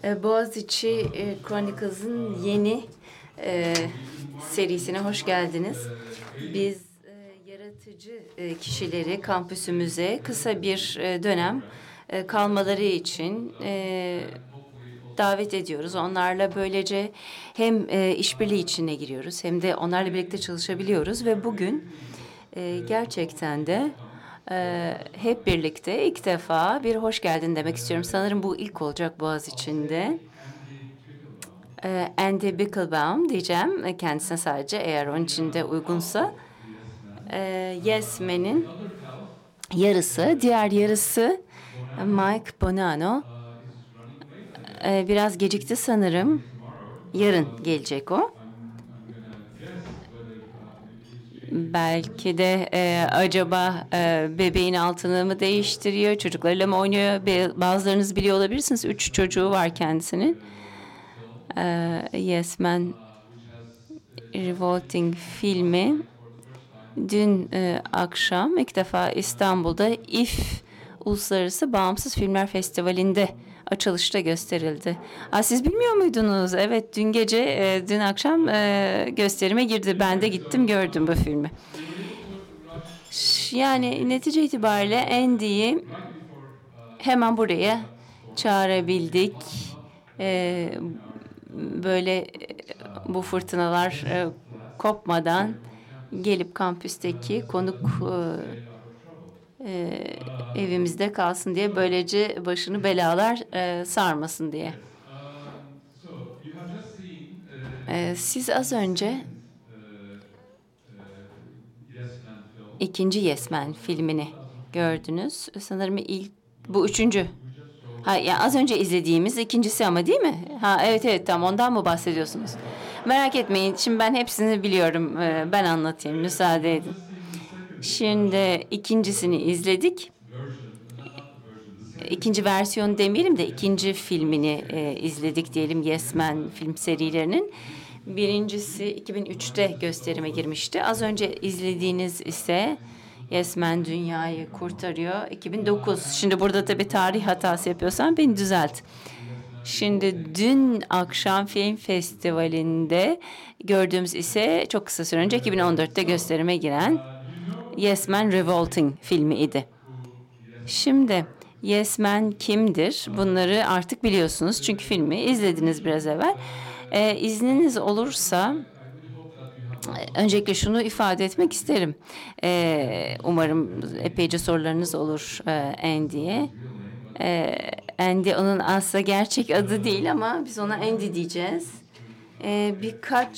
Boğaziçi Chronicles'ın yeni e, serisine hoş geldiniz. Biz yaratıcı kişileri kampüsümüze kısa bir dönem kalmaları için davet ediyoruz. Onlarla böylece hem işbirliği içine giriyoruz hem de onlarla birlikte çalışabiliyoruz ve bugün gerçekten de hep birlikte ilk defa bir hoş geldin demek istiyorum. Sanırım bu ilk olacak Boğaziçi'nde. Andy Bickelbaum diyeceğim kendisine sadece eğer onun için de uygunsa. Yes Man'in yarısı, diğer yarısı Mike Bonanno. Biraz gecikti sanırım. Yarın gelecek o. Belki de acaba bebeğin altını mı değiştiriyor, çocuklarıyla mı oynuyor? Bazılarınız biliyor olabilirsiniz. 3 çocuğu var kendisinin. Yes Man Revolting filmi dün akşam ilk defa İstanbul'da İF Uluslararası Bağımsız Filmler Festivali'nde açılışta gösterildi. Siz bilmiyor muydunuz? Evet, dün gece, dün akşam gösterime girdi. Ben de gittim, gördüm bu filmi. Yani netice itibariyle Andy'yi hemen buraya çağırabildik. Böyle bu fırtınalar kopmadan gelip kampüsteki konuk evimizde kalsın diye, böylece başını belalar sarmasın diye. Siz az önce ikinci Yes Man filmini gördünüz. Sanırım bu üçüncü. Ha, yani az önce izlediğimiz ikincisi ama değil mi? Ha, evet evet, tam ondan mı bahsediyorsunuz? Merak etmeyin. Şimdi ben hepsini biliyorum. Ben anlatayım. Müsaade edin. Şimdi ikincisini izledik. İkinci versiyon demeyelim de ikinci filmini izledik diyelim, Yes Man film serilerinin. Birincisi 2003'te gösterime girmişti. Az önce izlediğiniz ise Yes Man Dünyayı Kurtarıyor 2009. Şimdi burada tabii tarih hatası yapıyorsan beni düzelt. Şimdi dün akşam film festivalinde gördüğümüz ise çok kısa süre önce 2014'te gösterime giren Yes Man Revolting filmi idi. Şimdi Yes Man kimdir? Bunları artık biliyorsunuz çünkü filmi izlediniz biraz evvel. İzniniz olursa öncelikle şunu ifade etmek isterim. Umarım epeyce sorularınız olur Andy'ye. Andy onun aslında gerçek adı değil ama biz ona Andy diyeceğiz. Birkaç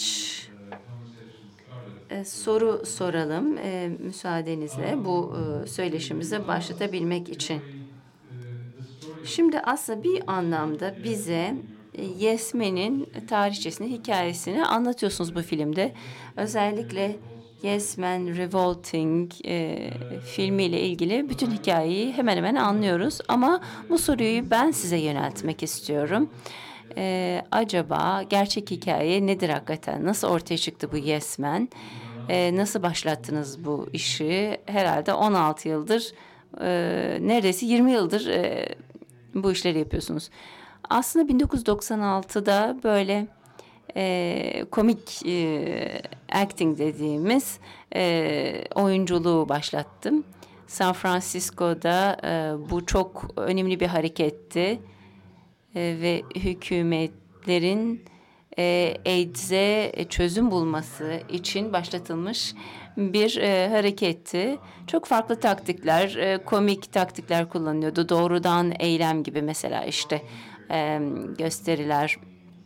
soru soralım müsaadenizle bu söyleşimizi başlatabilmek için. Şimdi aslında bir anlamda bize Yes Man'in tarihçesini, hikayesini anlatıyorsunuz bu filmde. Özellikle Yes Man Revolting filmiyle ilgili bütün hikayeyi hemen hemen anlıyoruz. Ama bu soruyu ben size yöneltmek istiyorum. Acaba gerçek hikaye nedir hakikaten? Nasıl ortaya çıktı bu Yes Man? Nasıl başlattınız bu işi? Herhalde 16 yıldır, neredeyse 20 yıldır bu işleri yapıyorsunuz. Aslında 1996'da böyle komik acting dediğimiz oyunculuğu başlattım. San Francisco'da bu çok önemli bir hareketti. Ve hükümetlerin AIDS'e çözüm bulması için başlatılmış bir hareketti. Çok farklı taktikler, komik taktikler kullanıyordu. Doğrudan eylem gibi mesela işte gösteriler,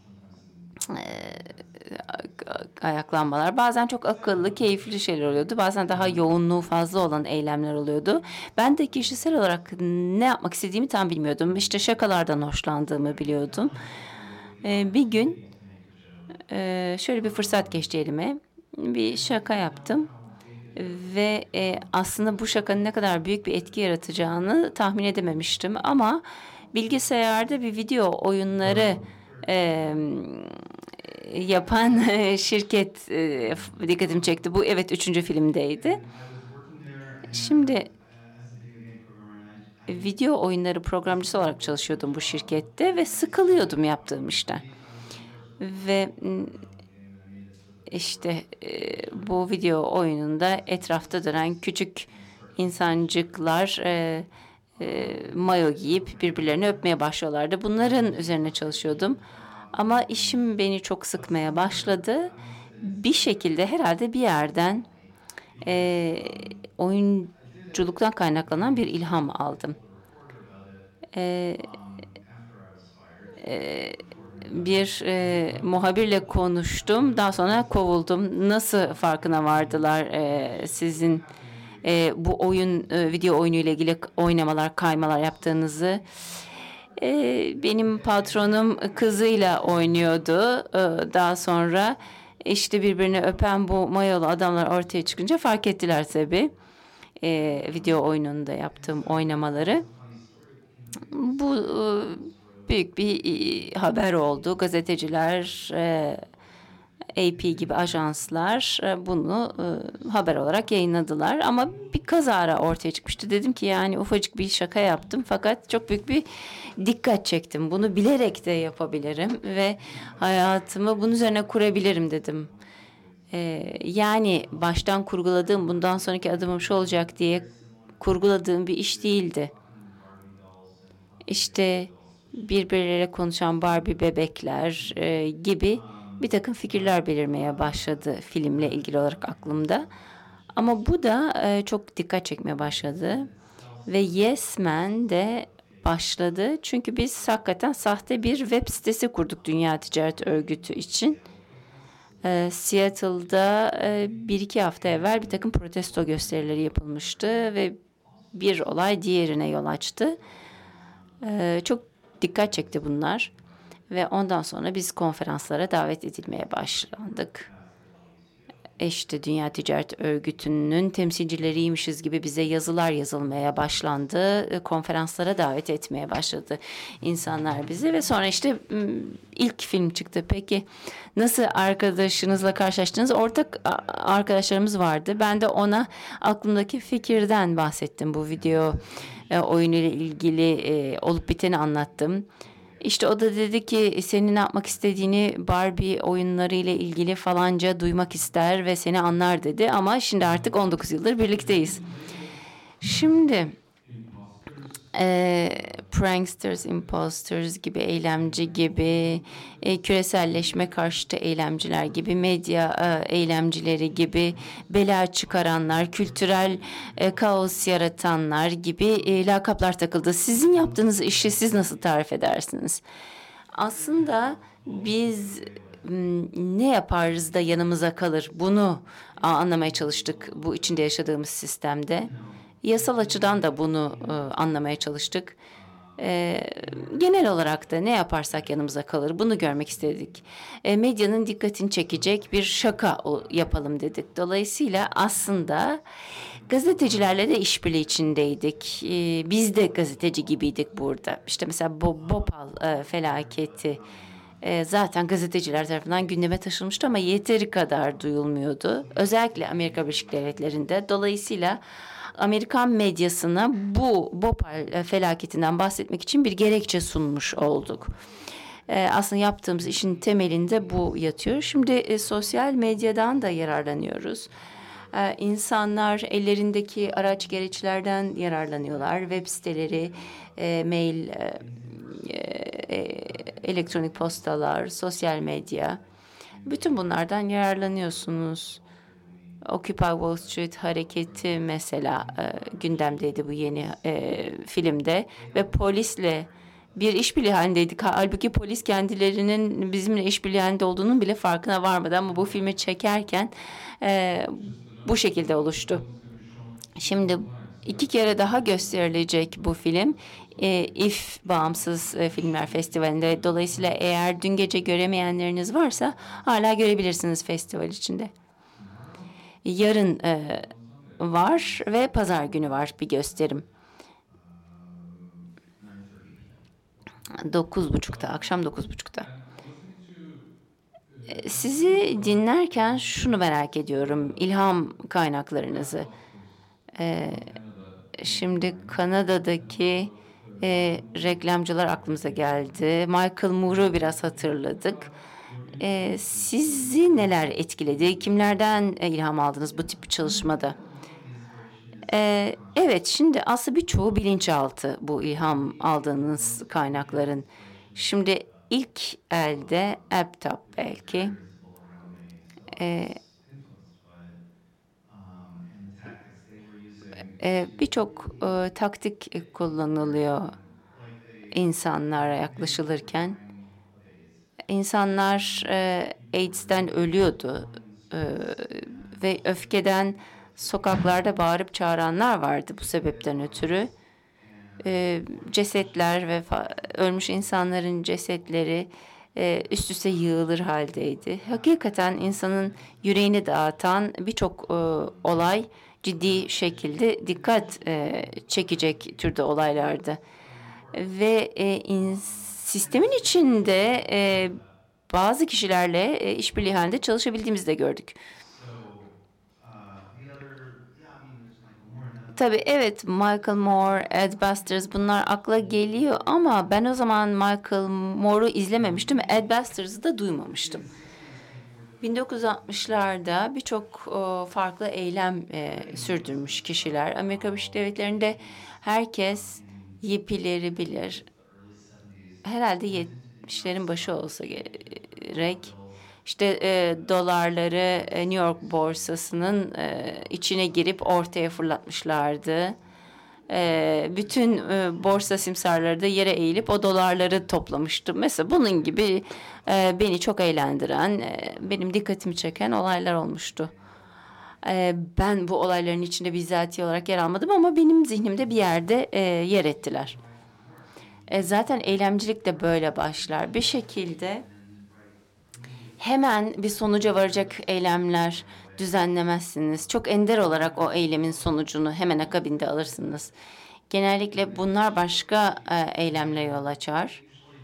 ayaklanmalar. Bazen çok akıllı, keyifli şeyler oluyordu. Bazen daha yoğunluğu fazla olan eylemler oluyordu. Ben de kişisel olarak ne yapmak istediğimi tam bilmiyordum. İşte şakalardan hoşlandığımı biliyordum. Bir gün şöyle bir fırsat geçti elime. Bir şaka yaptım. Ve aslında bu şakanın ne kadar büyük bir etki yaratacağını tahmin edememiştim. Ama bilgisayarda bir video oyunları yapan şirket dikkatimi çekti. Bu evet üçüncü filmdeydi. Şimdi video oyunları programcısı olarak çalışıyordum bu şirkette ve sıkılıyordum yaptığım işten. Ve işte bu video oyununda etrafta dönen küçük insancıklar mayo giyip birbirlerini öpmeye başlıyorlardı. Bunların üzerine çalışıyordum. Ama işim beni çok sıkmaya başladı. Bir şekilde herhalde bir yerden oyunculuktan kaynaklanan bir ilham aldım. E, Bir muhabirle konuştum. Daha sonra kovuldum. Nasıl farkına vardılar sizin bu video oyunu ile ilgili oynamalar, kaymalar yaptığınızı? Benim patronum kızıyla oynuyordu. Daha sonra işte birbirini öpen bu mayolu adamlar ortaya çıkınca fark ettiler tabii. Video oyununda yaptığım oynamaları. Bu büyük bir haber oldu. Gazeteciler, AP gibi ajanslar bunu haber olarak yayınladılar. Ama bir kazara ortaya çıkmıştı. Dedim ki yani ufacık bir şaka yaptım fakat çok büyük bir dikkat çektim. Bunu bilerek de yapabilirim ve hayatımı bunun üzerine kurabilirim dedim. Yani baştan kurguladığım bundan sonraki adımım şu olacak diye kurguladığım bir iş değildi. İşte birbirleriyle konuşan Barbie bebekler gibi bir takım fikirler belirmeye başladı filmle ilgili olarak aklımda. Ama bu da çok dikkat çekmeye başladı. Ve Yes Man de başladı. Çünkü biz hakikaten sahte bir web sitesi kurduk Dünya Ticaret Örgütü için. Seattle'da bir iki hafta evvel bir takım protesto gösterileri yapılmıştı ve bir olay diğerine yol açtı. Çok dikkat çekti bunlar ve ondan sonra biz konferanslara davet edilmeye başlandık. İşte Dünya Ticaret Örgütü'nün temsilcileriymişiz gibi bize yazılar yazılmaya başlandı. Konferanslara davet etmeye başladı insanlar bizi ve sonra işte ilk film çıktı. Peki nasıl arkadaşınızla karşılaştınız? Ortak arkadaşlarımız vardı. Ben de ona aklımdaki fikirden bahsettim. Bu video oyunu ile ilgili olup biteni anlattım. İşte o da dedi ki senin ne yapmak istediğini Barbie oyunları ile ilgili falanca duymak ister ve seni anlar dedi. Ama şimdi artık 19 yıldır birlikteyiz. Şimdi pranksters, imposters gibi eylemci gibi, küreselleşme karşıtı eylemciler gibi, medya eylemcileri gibi, bela çıkaranlar, kültürel kaos yaratanlar gibi lakaplar takıldı. Sizin yaptığınız işi siz nasıl tarif edersiniz? Aslında biz ne yaparız da yanımıza kalır? Bunu anlamaya çalıştık bu içinde yaşadığımız sistemde. Yasal açıdan da bunu anlamaya çalıştık. Genel olarak da ne yaparsak yanımıza kalır. Bunu görmek istedik. Medyanın dikkatini çekecek bir şaka yapalım dedik. Dolayısıyla aslında gazetecilerle de işbirliği içindeydik. Biz de gazeteci gibiydik burada. İşte mesela Bhopal felaketi zaten gazeteciler tarafından gündeme taşınmıştı ama yeteri kadar duyulmuyordu. Özellikle Amerika Birleşik Devletleri'nde. Dolayısıyla Amerikan medyasına bu Bhopal felaketinden bahsetmek için bir gerekçe sunmuş olduk. Aslında yaptığımız işin temelinde bu yatıyor. Şimdi sosyal medyadan da yararlanıyoruz. İnsanlar ellerindeki araç gereçlerden yararlanıyorlar. Web siteleri, mail, elektronik postalar, sosyal medya. Bütün bunlardan yararlanıyorsunuz. Occupy Wall Street hareketi mesela gündemdeydi bu yeni filmde ve polisle bir işbirliği halindeydik. Halbuki polis kendilerinin bizimle işbirliği halinde olduğunun bile farkına varmadı ama bu filmi çekerken bu şekilde oluştu. Şimdi 2 kere daha gösterilecek bu film İF Bağımsız Filmler Festivali'nde. Dolayısıyla eğer dün gece göremeyenleriniz varsa hala görebilirsiniz festival içinde. Yarın var ve pazar günü var bir gösterim. 9.30'da, akşam 9.30'da. Sizi dinlerken şunu merak ediyorum, ilham kaynaklarınızı. Şimdi Kanada'daki reklamcılar aklımıza geldi. Michael Moore'u biraz hatırladık. Sizi neler etkiledi? Kimlerden ilham aldınız bu tip bir çalışmada? Evet, şimdi aslında birçoğu bilinçaltı bu ilham aldığınız kaynakların. Şimdi ilk elde Aptop belki birçok taktik kullanılıyor insanlara yaklaşılırken. İnsanlar AIDS'ten ölüyordu ve öfkeden sokaklarda bağırıp çağıranlar vardı bu sebepten ötürü. Cesetler ve ölmüş insanların cesetleri üst üste yığılır haldeydi. Hakikaten insanın yüreğini dağıtan birçok olay ciddi şekilde dikkat çekecek türde olaylardı. Ve sistemin içinde bazı kişilerle işbirliği halinde çalışabildiğimizi de gördük. Tabii evet, Michael Moore, Ed Busters bunlar akla geliyor ama ben o zaman Michael Moore'u izlememiştim. Ed Busters'ı da duymamıştım. 1960'larda birçok farklı eylem sürdürmüş kişiler. Amerika Birleşik Devletleri'nde herkes Yipileri bilir. Herhalde 70'lerin başı olsa gerek. İşte dolarları New York borsasının içine girip ortaya fırlatmışlardı. Bütün borsa simsarları da yere eğilip o dolarları toplamıştı. Mesela bunun gibi beni çok eğlendiren, benim dikkatimi çeken olaylar olmuştu. Ben bu olayların içinde bizzati olarak yer almadım ama benim zihnimde bir yerde yer ettiler. Zaten eylemcilik de böyle başlar. Bir şekilde hemen bir sonuca varacak eylemler düzenlemezsiniz. Çok ender olarak o eylemin sonucunu hemen akabinde alırsınız. Genellikle bunlar başka eylemle yol açar.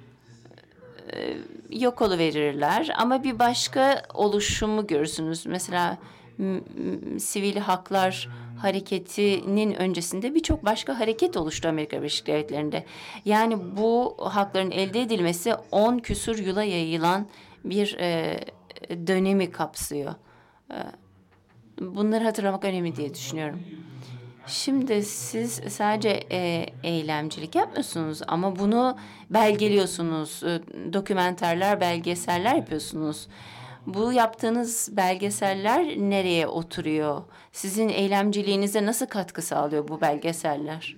Yok oluverirler ama bir başka oluşumu görürsünüz. Mesela sivil haklar hareketinin öncesinde birçok başka hareket oluştu Amerika Birleşik Devletleri'nde. Yani bu hakların elde edilmesi 10 küsur yıla yayılan bir dönemi kapsıyor. Bunları hatırlamak önemli diye düşünüyorum. Şimdi siz sadece eylemcilik yapmıyorsunuz ama bunu belgeliyorsunuz. Dokümenterler, belgeseller yapıyorsunuz. Bu yaptığınız belgeseller nereye oturuyor? Sizin eylemciliğinize nasıl katkı sağlıyor bu belgeseller?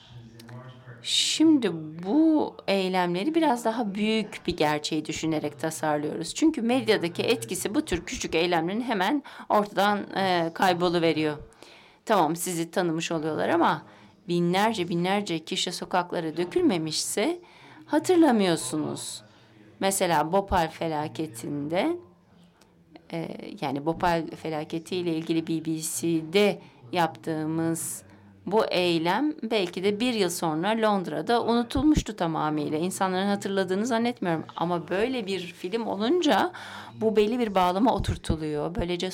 Şimdi bu eylemleri biraz daha büyük bir gerçeği düşünerek tasarlıyoruz. Çünkü medyadaki etkisi bu tür küçük eylemlerin hemen ortadan kayboluveriyor. Tamam, sizi tanımış oluyorlar ama binlerce binlerce kişi sokaklara dökülmemişse hatırlamıyorsunuz. Mesela Bhopal felaketinde yani Bhopal felaketiyle ilgili BBC'de yaptığımız bu eylem belki de bir yıl sonra Londra'da unutulmuştu tamamıyla. İnsanların hatırladığını zannetmiyorum. Ama böyle bir film olunca bu belli bir bağlama oturtuluyor. Böylece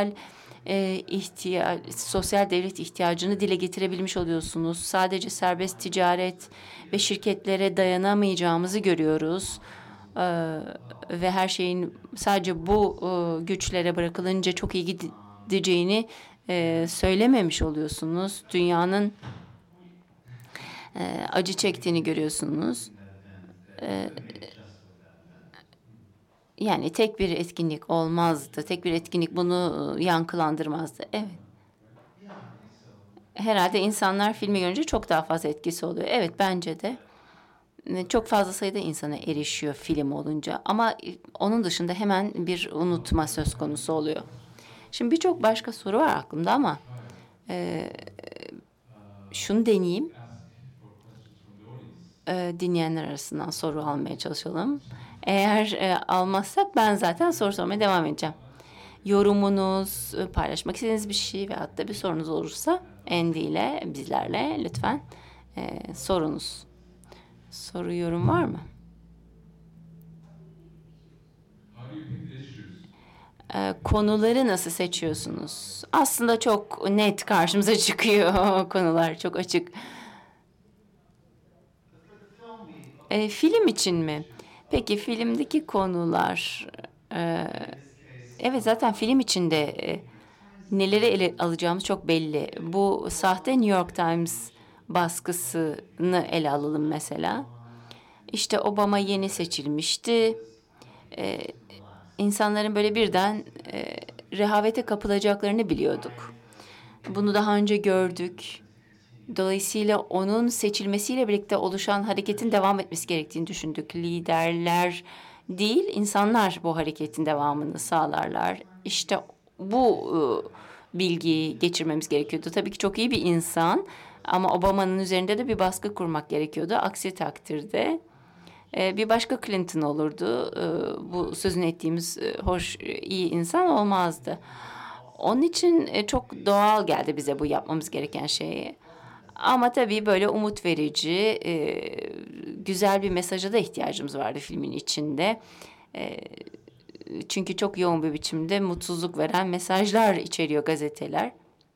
sosyal devlet ihtiyacını dile getirebilmiş oluyorsunuz. Sadece serbest ticaret ve şirketlere dayanamayacağımızı görüyoruz. Ve her şeyin sadece bu güçlere bırakılınca çok iyi gideceğini söylememiş oluyorsunuz. Dünyanın acı çektiğini görüyorsunuz. Yani tek bir etkinlik olmazdı. Tek bir etkinlik bunu yankılandırmazdı. Evet. Herhalde insanlar filmi görünce çok daha fazla etkisi oluyor. Evet, bence de. Çok fazla sayıda insana erişiyor film olunca. Ama onun dışında hemen bir unutma söz konusu oluyor. Şimdi birçok başka soru var aklımda ama şunu deneyeyim. Dinleyenler arasından soru almaya çalışalım. Eğer almazsak ben zaten soru sormaya devam edeceğim. Yorumunuz, paylaşmak istediğiniz bir şey ve hatta bir sorunuz olursa Andy ile bizlerle lütfen sorunuz. Soru, yorum var mı? Konuları nasıl seçiyorsunuz? Aslında çok net karşımıza çıkıyor konular, çok açık. Film için mi? Peki filmdeki konular, e, evet zaten film içinde neleri ele alacağımız çok belli. Bu sahte New York Times baskısını ele alalım mesela. İşte Obama yeni seçilmişti. İnsanların böyle birden rehavete kapılacaklarını biliyorduk. Bunu daha önce gördük. Dolayısıyla onun seçilmesiyle birlikte oluşan hareketin devam etmesi gerektiğini düşündük. Liderler değil, insanlar bu hareketin devamını sağlarlar. İşte bu bilgiyi geçirmemiz gerekiyordu. Tabii ki çok iyi bir insan ama Obama'nın üzerinde de bir baskı kurmak gerekiyordu. Aksi takdirde bir başka Clinton olurdu. Bu sözünü ettiğimiz hoş, iyi insan olmazdı. Onun için çok doğal geldi bize bu yapmamız gereken şeyi. Ama tabii böyle umut verici, güzel bir mesaja da ihtiyacımız vardı filmin içinde. Çünkü çok yoğun bir biçimde mutsuzluk veren mesajlar içeriyor gazeteler.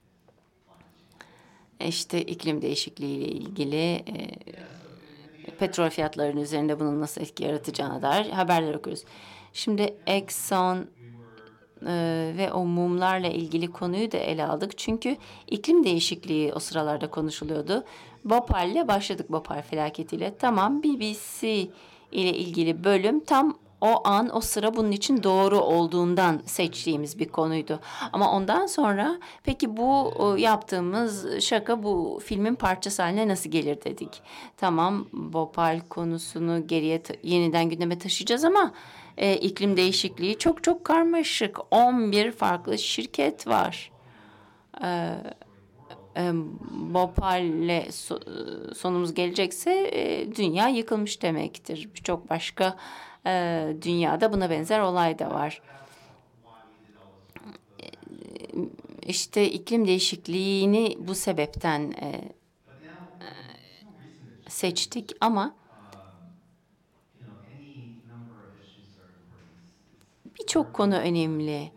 İşte iklim değişikliği ile ilgili, petrol fiyatlarının üzerinde bunun nasıl etki yaratacağına dair haberler okuyoruz. Şimdi Exxon ve o mumlarla ilgili konuyu da ele aldık. Çünkü iklim değişikliği o sıralarda konuşuluyordu. Bhopal'le başladık, Bhopal felaketiyle. Tamam, BBC ile ilgili bölüm tam o an, o sıra bunun için doğru olduğundan seçtiğimiz bir konuydu. Ama ondan sonra peki bu yaptığımız şaka bu filmin parçası haline nasıl gelir dedik. Tamam, Bhopal konusunu geriye yeniden gündeme taşıyacağız ama iklim değişikliği çok çok karmaşık. 11 farklı şirket var. Bhopal'le sonumuz gelecekse dünya yıkılmış demektir. Birçok başka dünyada buna benzer olay da var. İşte iklim değişikliğini bu sebepten seçtik ama birçok konu önemli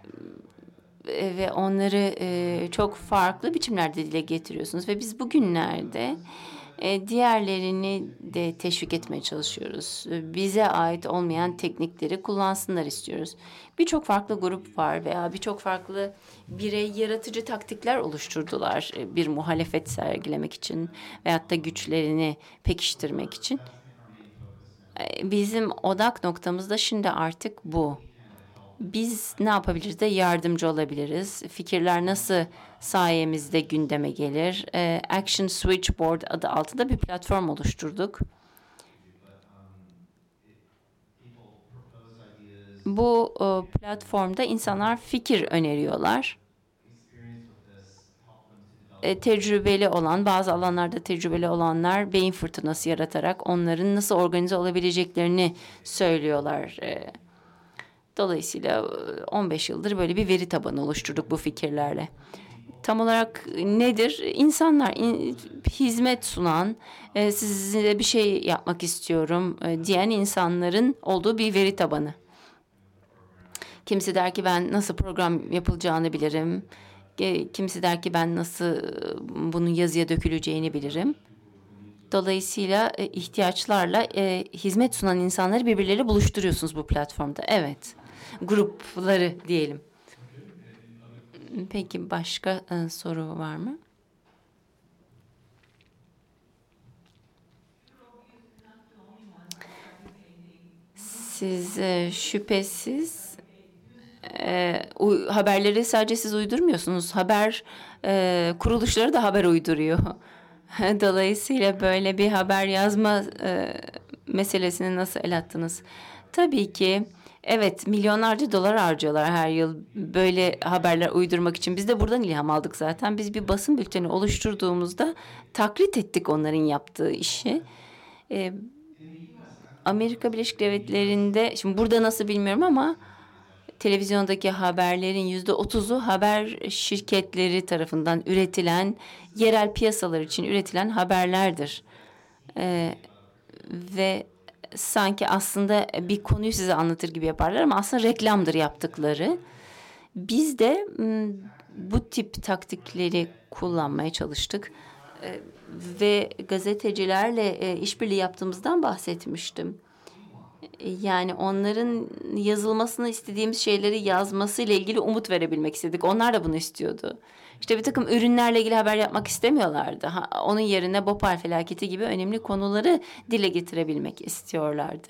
ve onları çok farklı biçimlerde dile getiriyorsunuz ve biz bugünlerde diğerlerini de teşvik etmeye çalışıyoruz. Bize ait olmayan teknikleri kullansınlar istiyoruz. Birçok farklı grup var veya birçok farklı birey yaratıcı taktikler oluşturdular bir muhalefet sergilemek için veyahut da güçlerini pekiştirmek için. Bizim odak noktamız da şimdi artık bu. Biz ne yapabiliriz de yardımcı olabiliriz. Fikirler nasıl sayemizde gündeme gelir? Action Switchboard adı altında bir platform oluşturduk. Bu platformda insanlar fikir öneriyorlar. Tecrübeli olan, bazı alanlarda tecrübeli olanlar beyin fırtınası yaratarak onların nasıl organize olabileceklerini söylüyorlar. Dolayısıyla 15 yıldır böyle bir veri tabanı oluşturduk bu fikirlerle. Tam olarak nedir? İnsanlar hizmet sunan, size bir şey yapmak istiyorum diyen insanların olduğu bir veri tabanı. Kimisi der ki ben nasıl program yapılacağını bilirim. Kimisi der ki ben nasıl bunun yazıya döküleceğini bilirim. Dolayısıyla ihtiyaçlarla hizmet sunan insanları birbirleriyle buluşturuyorsunuz bu platformda. Evet, grupları diyelim. Peki başka soru var mı? Siz şüphesiz haberleri sadece siz uydurmuyorsunuz. Haber kuruluşları da haber uyduruyor. Dolayısıyla böyle bir haber yazma meselesini nasıl el attınız? Tabii ki. Evet, milyonlarca dolar harcıyorlar her yıl böyle haberler uydurmak için. Biz de buradan ilham aldık zaten. Biz bir basın bülteni oluşturduğumuzda taklit ettik onların yaptığı işi. Ee, Amerika Birleşik Devletleri'nde, şimdi burada nasıl bilmiyorum ama televizyondaki haberlerin %30'u haber şirketleri tarafından üretilen, yerel piyasalar için üretilen haberlerdir. Ve sanki aslında bir konuyu size anlatır gibi yaparlar ama aslında reklamdır yaptıkları. Biz de bu tip taktikleri kullanmaya çalıştık. E, Ve gazetecilerle işbirliği yaptığımızdan bahsetmiştim. Yani onların yazılmasını istediğimiz şeyleri yazmasıyla ilgili umut verebilmek istedik. Onlar da bunu istiyordu. İşte bir takım ürünlerle ilgili haber yapmak istemiyorlardı. Onun yerine Bhopal felaketi gibi önemli konuları dile getirebilmek istiyorlardı.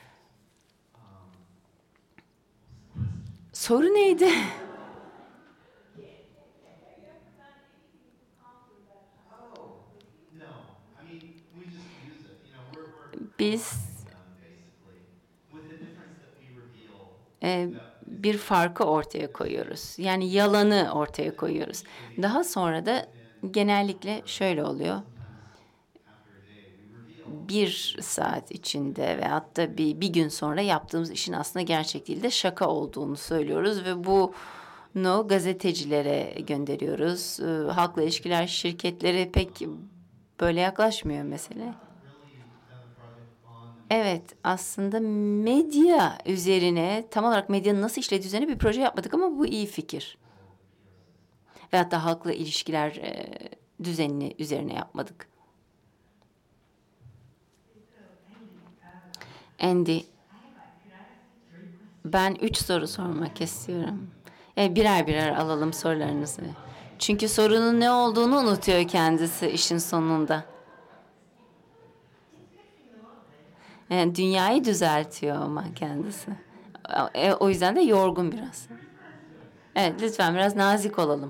Soru neydi? Biz e, bir farkı ortaya koyuyoruz. Yani yalanı ortaya koyuyoruz. Daha sonra da genellikle şöyle oluyor. Bir saat içinde ve hatta bir gün sonra yaptığımız işin aslında gerçek değil de şaka olduğunu söylüyoruz ve bunu gazetecilere gönderiyoruz. Halkla ilişkiler şirketleri pek böyle yaklaşmıyor mesele. Evet, aslında medya üzerine tam olarak medyanın nasıl işlediği üzerine bir proje yapmadık ama bu iyi fikir. Ve hatta halkla ilişkiler düzenini üzerine yapmadık. Andy, ben 3 soru sormak istiyorum. Birer birer alalım sorularınızı. Çünkü sorunun ne olduğunu unutuyor kendisi işin sonunda. Dünyayı düzeltiyor ama kendisi. O yüzden de yorgun biraz. Evet, lütfen biraz nazik olalım.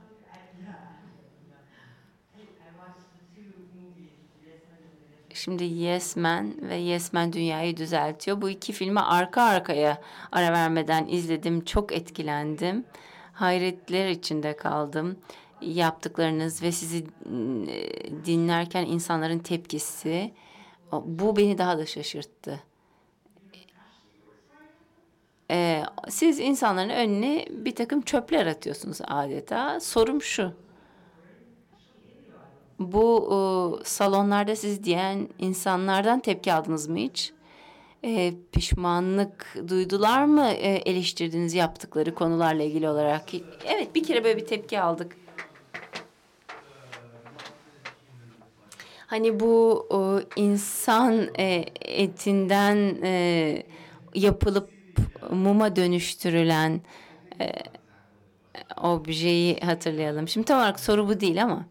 Şimdi Yes Man ve Yes Man Dünyayı Düzeltiyor. Bu iki filmi arka arkaya ara vermeden izledim. Çok etkilendim. Hayretler içinde kaldım. Yaptıklarınız ve sizi dinlerken insanların tepkisi. Bu beni daha da şaşırttı. Siz insanların önüne bir takım çöpler atıyorsunuz adeta. Sorum şu. Bu salonlarda siz diyen insanlardan tepki aldınız mı hiç? Pişmanlık duydular mı eleştirdiğiniz yaptıkları konularla ilgili olarak? Evet, bir kere böyle bir tepki aldık. Hani bu insan etinden yapılıp muma dönüştürülen objeyi hatırlayalım. Şimdi tam olarak soru bu değil ama.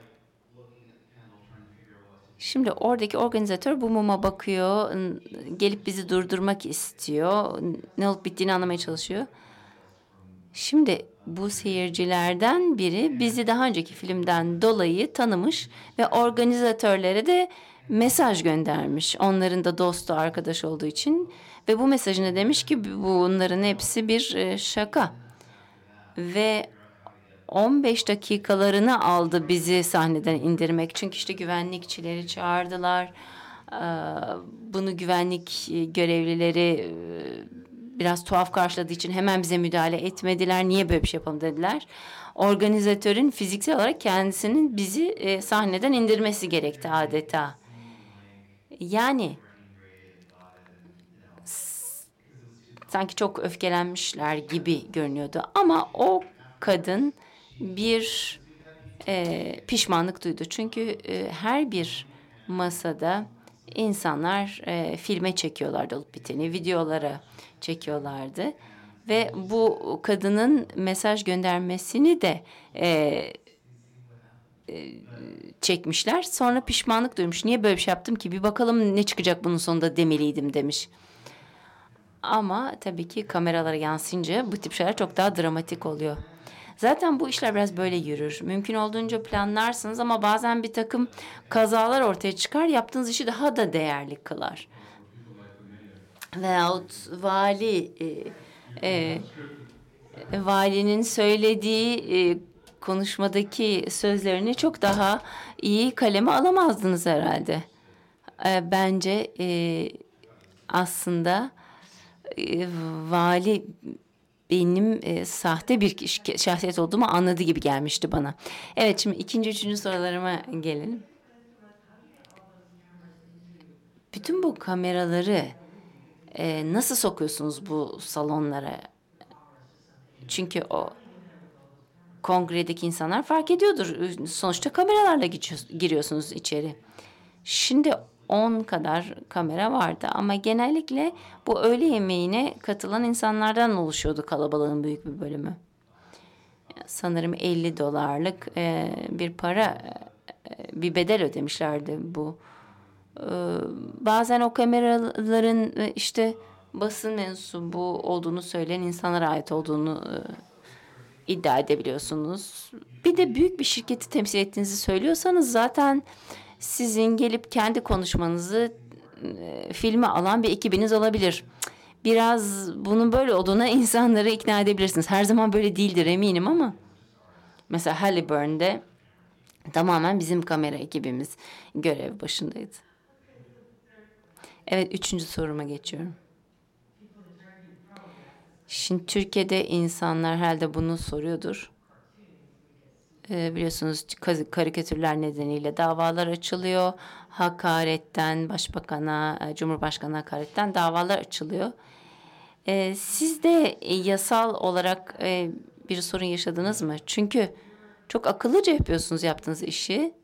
Şimdi oradaki organizatör bu muma bakıyor, gelip bizi durdurmak istiyor, ne olup bittiğini anlamaya çalışıyor. Şimdi bu seyircilerden biri bizi daha önceki filmden dolayı tanımış ve organizatörlere de mesaj göndermiş. Onların da dostu, arkadaş olduğu için ve bu mesajını demiş ki bunların hepsi bir şaka. Ve 15 dakikalarını aldı bizi sahneden indirmek. Çünkü işte güvenlikçileri çağırdılar. Bunu güvenlik görevlileri biraz tuhaf karşıladığı için hemen bize müdahale etmediler. Niye böyle bir şey yapalım dediler. Organizatörün fiziksel olarak kendisinin bizi sahneden indirmesi gerekti adeta. Yani sanki çok öfkelenmişler gibi görünüyordu. Ama o kadın bir pişmanlık duydu. Çünkü her bir masada insanlar filme çekiyorlardı olup biteni, videolara çekiyorlardı. Ve bu kadının mesaj göndermesini de çekmişler. Sonra pişmanlık duymuş. Niye böyle bir şey yaptım ki? Bir bakalım ne çıkacak bunun sonunda demeliydim demiş. Ama tabii ki kameralara yansıyınca bu tip şeyler çok daha dramatik oluyor. Zaten bu işler biraz böyle yürür. Mümkün olduğunca planlarsınız ama bazen bir takım kazalar ortaya çıkar. Yaptığınız işi daha da değerli kılar. Veyahut valinin söylediği konuşmadaki sözlerini çok daha iyi kaleme alamazdınız herhalde. Bence aslında vali benim sahte bir şahsiyet olduğumu anladı gibi gelmişti bana. Evet, şimdi ikinci, üçüncü sorularıma gelelim. Bütün bu kameraları nasıl sokuyorsunuz bu salonlara? Çünkü o kongredeki insanlar fark ediyordur. Sonuçta kameralarla giriyorsunuz içeri. Şimdi 10 kadar kamera vardı ama genellikle bu öğle yemeğine katılan insanlardan oluşuyordu kalabalığın büyük bir bölümü. Sanırım $50 bir para, bir bedel ödemişlerdi bu. Ee, Bazen o kameraların işte basın mensubu olduğunu söyleyen insanlara ait olduğunu iddia edebiliyorsunuz. Bir de büyük bir şirketi temsil ettiğinizi söylüyorsanız zaten sizin gelip kendi konuşmanızı filme alan bir ekibiniz olabilir. Biraz bunun böyle olduğuna insanları ikna edebilirsiniz. Her zaman böyle değildir eminim ama mesela Halliburn'de tamamen bizim kamera ekibimiz görev başındaydı. Evet, üçüncü soruma geçiyorum. Şimdi Türkiye'de insanlar herhalde bunu soruyordur. Biliyorsunuz karikatürler nedeniyle davalar açılıyor. Hakaretten, başbakana, cumhurbaşkanı hakaretten davalar açılıyor. Siz de yasal olarak bir sorun yaşadınız mı? Çünkü çok akıllıca yapıyorsunuz yaptığınız işi.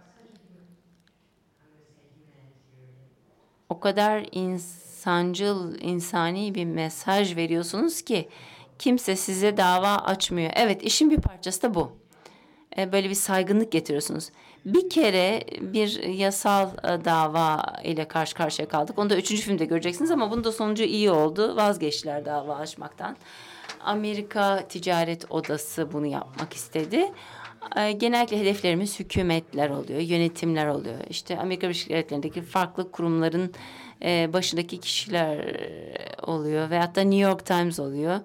O kadar insancıl, insani bir mesaj veriyorsunuz ki kimse size dava açmıyor. Evet, işin bir parçası da bu. Böyle bir saygınlık getiriyorsunuz. Bir kere bir yasal dava ile karşı karşıya kaldık. Onu da üçüncü filmde göreceksiniz ama bunun da sonucu iyi oldu. Vazgeçtiler dava açmaktan. Amerika Ticaret Odası bunu yapmak istedi. Genellikle hedeflerimiz hükümetler oluyor, yönetimler oluyor. İşte Amerika Birleşik Devletleri'ndeki farklı kurumların başındaki kişiler oluyor ve hatta New York Times oluyor.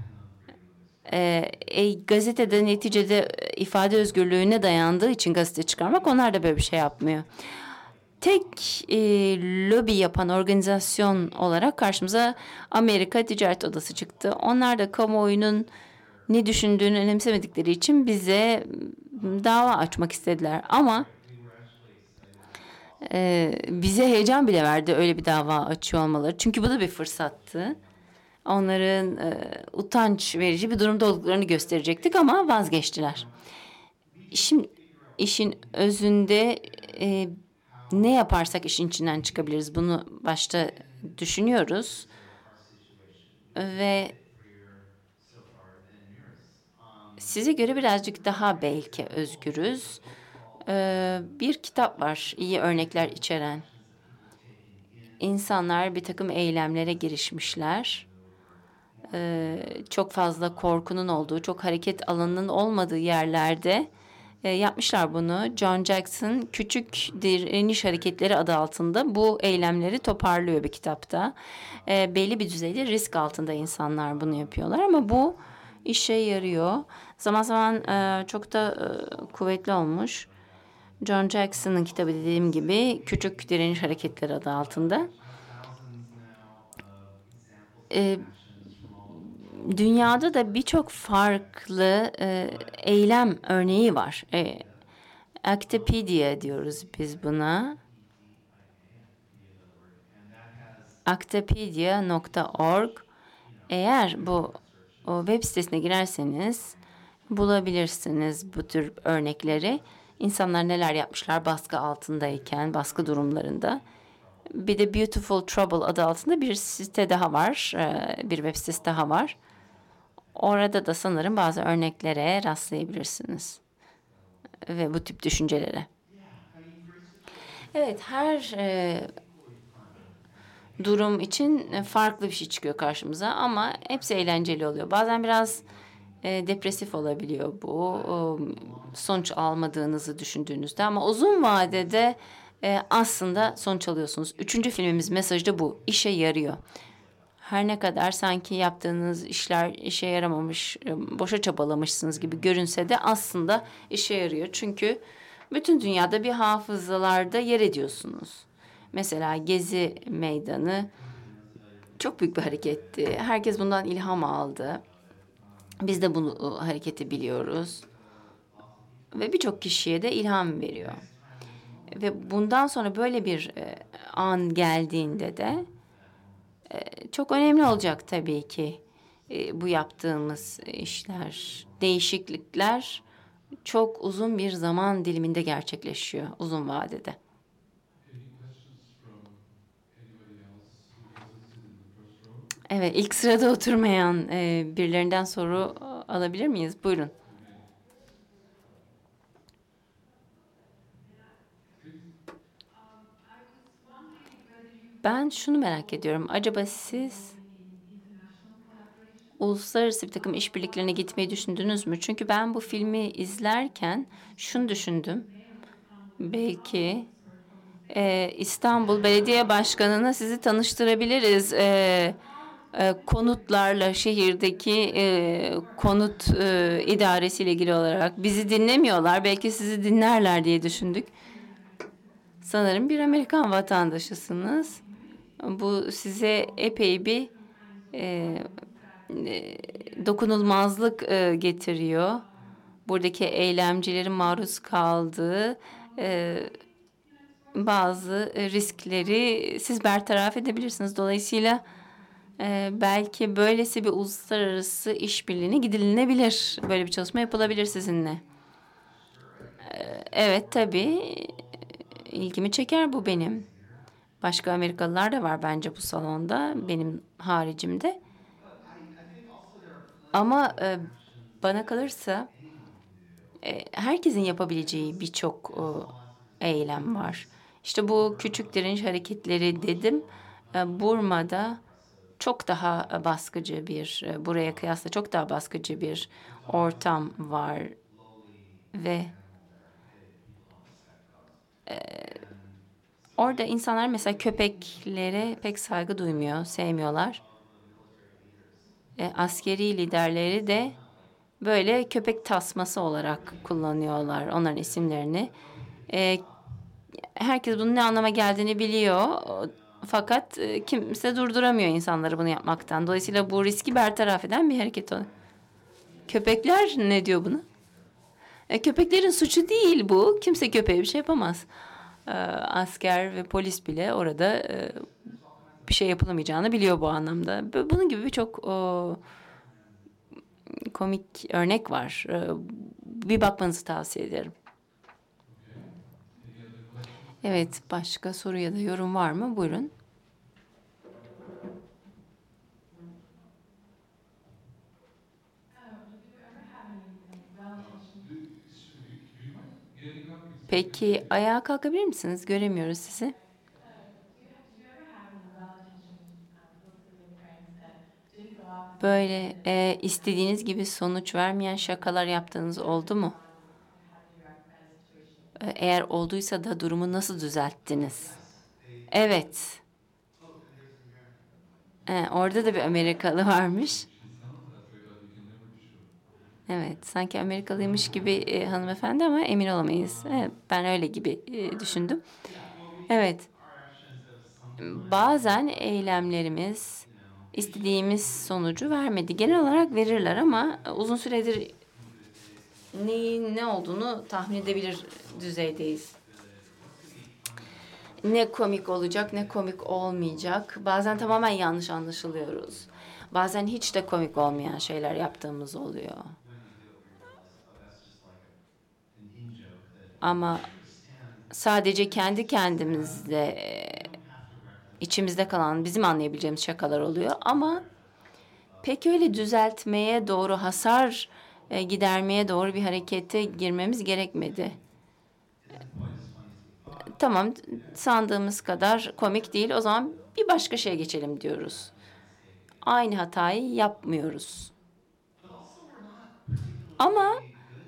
Gazetede neticede ifade özgürlüğüne dayandığı için gazete çıkarmak, onlar da böyle bir şey yapmıyor. Tek lobi yapan organizasyon olarak karşımıza Amerika Ticaret Odası çıktı. Onlar da kamuoyunun ne düşündüğünü önemsemedikleri için bize dava açmak istediler. Ama bize heyecan bile verdi öyle bir dava açıyor olmaları. Çünkü bu da bir fırsattı. Onların utanç verici bir durumda olduklarını gösterecektik ama vazgeçtiler. Şimdi işin özünde ne yaparsak işin içinden çıkabiliriz. Bunu başta düşünüyoruz ve size göre birazcık daha belki özgürüz. Bir kitap var, iyi örnekler içeren. İnsanlar bir takım eylemlere girişmişler. Çok fazla korkunun olduğu, çok hareket alanının olmadığı yerlerde yapmışlar bunu. John Jackson Küçük Direniş Hareketleri adı altında bu eylemleri toparlıyor bir kitapta. Belli bir düzeyde risk altında insanlar bunu yapıyorlar ama bu işe yarıyor. Zaman zaman çok da kuvvetli olmuş. John Jackson'ın kitabı dediğim gibi Küçük Direniş Hareketleri adı altında. Dünyada da birçok farklı eylem örneği var. Actapedia diyoruz biz buna. Actapedia.org. Eğer bu web sitesine girerseniz bulabilirsiniz bu tür örnekleri. İnsanlar neler yapmışlar baskı altındayken, baskı durumlarında. Bir de Beautiful Trouble adı altında bir site daha var, bir web sitesi daha var. Orada da sanırım bazı örneklere rastlayabilirsiniz ve bu tip düşüncelere. Evet, her durum için farklı bir şey çıkıyor karşımıza ama hepsi eğlenceli oluyor. Bazen biraz depresif olabiliyor bu sonuç almadığınızı düşündüğünüzde ama uzun vadede aslında sonuç alıyorsunuz. Üçüncü filmimiz mesajı da bu. İşe yarıyor. Her ne kadar sanki yaptığınız işler işe yaramamış, boşa çabalamışsınız gibi görünse de aslında işe yarıyor. Çünkü bütün dünyada bir hafızalarda yer ediyorsunuz. Mesela Gezi Meydanı çok büyük bir hareketti. Herkes bundan ilham aldı. Biz de bu hareketi biliyoruz. Ve birçok kişiye de ilham veriyor. Ve bundan sonra böyle bir an geldiğinde de çok önemli olacak tabii ki bu yaptığımız işler, değişiklikler çok uzun bir zaman diliminde gerçekleşiyor, uzun vadede. Evet, ilk sırada oturmayan birilerinden soru alabilir miyiz? Buyurun. Ben şunu merak ediyorum. Acaba siz uluslararası bir takım işbirliklerine gitmeyi düşündünüz mü? Çünkü ben bu filmi izlerken şunu düşündüm. Belki İstanbul Belediye Başkanı'na sizi tanıştırabiliriz. Konutlarla şehirdeki konut idaresiyle ilgili olarak. Bizi dinlemiyorlar. Belki sizi dinlerler diye düşündük. Sanırım bir Amerikan vatandaşısınız. Bu size epey bir e, dokunulmazlık getiriyor. Buradaki eylemcilerin maruz kaldığı bazı riskleri siz bertaraf edebilirsiniz. Dolayısıyla belki böylesi bir uluslararası işbirliğine gidilebilir. Böyle bir çalışma yapılabilir sizinle. Evet, tabii ilgimi çeker bu benim. Başka Amerikalılar da var bence bu salonda, benim haricimde. Ama bana kalırsa herkesin yapabileceği birçok eylem var. İşte bu küçük direniş hareketleri dedim. Burma'da çok daha baskıcı bir, buraya kıyasla çok daha baskıcı bir ortam var ve orada insanlar mesela köpeklere pek saygı duymuyor, sevmiyorlar. Askeri liderleri de böyle köpek tasması olarak kullanıyorlar onların isimlerini. E, Herkes bunun ne anlama geldiğini biliyor. Fakat kimse durduramıyor insanları bunu yapmaktan. Dolayısıyla bu riski bertaraf eden bir hareket oluyor. Köpekler ne diyor buna? Köpeklerin suçu değil bu. Kimse köpeğe bir şey yapamaz. Asker ve polis bile orada bir şey yapılamayacağını biliyor bu anlamda. Bunun gibi birçok komik örnek var. Bir bakmanızı tavsiye ederim. Evet, başka soru ya da yorum var mı? Buyurun. Peki ayağa kalkabilir misiniz? Göremiyoruz sizi. Böyle istediğiniz gibi sonuç vermeyen şakalar yaptığınız oldu mu? Eğer olduysa da durumu nasıl düzelttiniz? Evet. Orada da bir Amerikalı varmış. Evet, sanki Amerikalıymış gibi hanımefendi ama emin olamayız. Ben öyle gibi düşündüm. Evet, bazen eylemlerimiz istediğimiz sonucu vermedi. Genel olarak verirler ama uzun süredir neyin ne olduğunu tahmin edebilir düzeydeyiz. Ne komik olacak, ne komik olmayacak. Bazen tamamen yanlış anlaşılıyoruz. Bazen hiç de komik olmayan şeyler yaptığımız oluyor. Ama sadece kendi kendimizde içimizde kalan bizim anlayabileceğimiz şakalar oluyor. Ama pek öyle düzeltmeye doğru hasar gidermeye doğru bir harekete girmemiz gerekmedi. Tamam, sandığımız kadar komik değil. O zaman bir başka şeye geçelim diyoruz. Aynı hatayı yapmıyoruz. Ama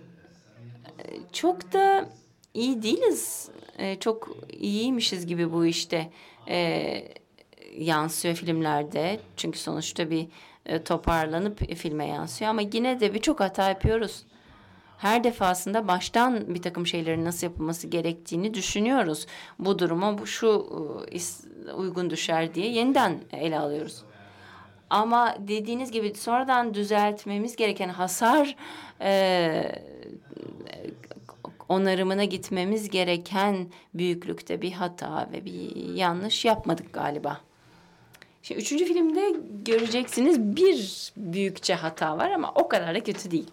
çok da iyi değiliz. Çok iyiymişiz gibi bu işte yansıyor filmlerde. Çünkü sonuçta bir toparlanıp filme yansıyor. Ama yine de birçok hata yapıyoruz. Her defasında baştan bir takım şeylerin nasıl yapılması gerektiğini düşünüyoruz. Bu duruma şu uygun düşer diye yeniden ele alıyoruz. Ama dediğiniz gibi sonradan düzeltmemiz gereken hasar onarımına gitmemiz gereken büyüklükte bir hata ve bir yanlış yapmadık galiba. Şimdi üçüncü filmde göreceksiniz bir büyükçe hata var ama o kadar da kötü değil.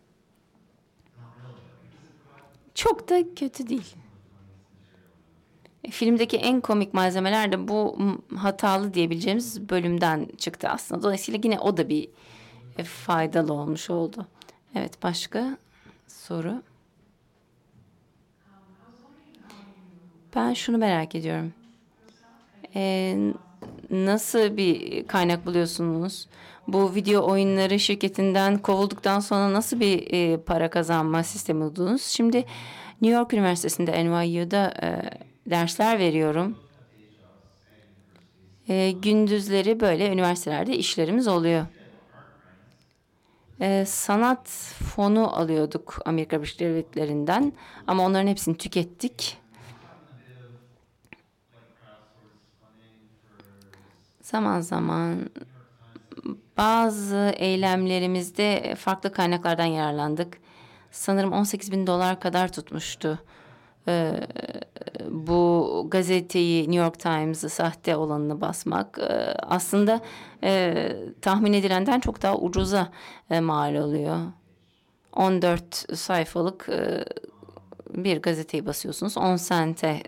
Çok da kötü değil. Filmdeki en komik malzemeler de bu hatalı diyebileceğimiz bölümden çıktı aslında. Dolayısıyla yine o da bir faydalı olmuş oldu. Evet, başka soru? Ben şunu merak ediyorum. Nasıl bir kaynak buluyorsunuz? Bu video oyunları şirketinden kovulduktan sonra nasıl bir para kazanma sistemi buldunuz? Şimdi New York Üniversitesi'nde NYU'da dersler veriyorum. Gündüzleri böyle üniversitelerde işlerimiz oluyor. Sanat fonu alıyorduk Amerika Birleşik Devletleri'nden ama onların hepsini tükettik. Zaman zaman bazı eylemlerimizde farklı kaynaklardan yararlandık. Sanırım 18 bin dolar kadar tutmuştu. Bu gazeteyi New York Times'ı sahte olanını basmak aslında tahmin edilenden çok daha ucuza mal oluyor. 14 sayfalık bir gazeteyi basıyorsunuz. 10 sente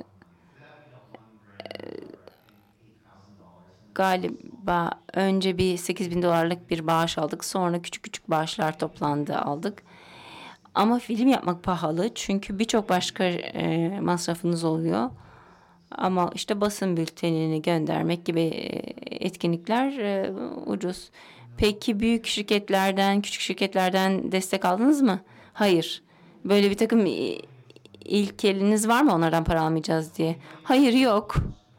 galiba önce bir 8 bin dolarlık bir bağış aldık. Sonra küçük küçük bağışlar toplandı aldık. Ama film yapmak pahalı çünkü birçok başka masrafınız oluyor. Ama işte basın bültenini göndermek gibi etkinlikler ucuz. Peki büyük şirketlerden, küçük şirketlerden destek aldınız mı? Hayır. Böyle bir takım ilkeliniz var mı onlardan para almayacağız diye? Hayır, yok.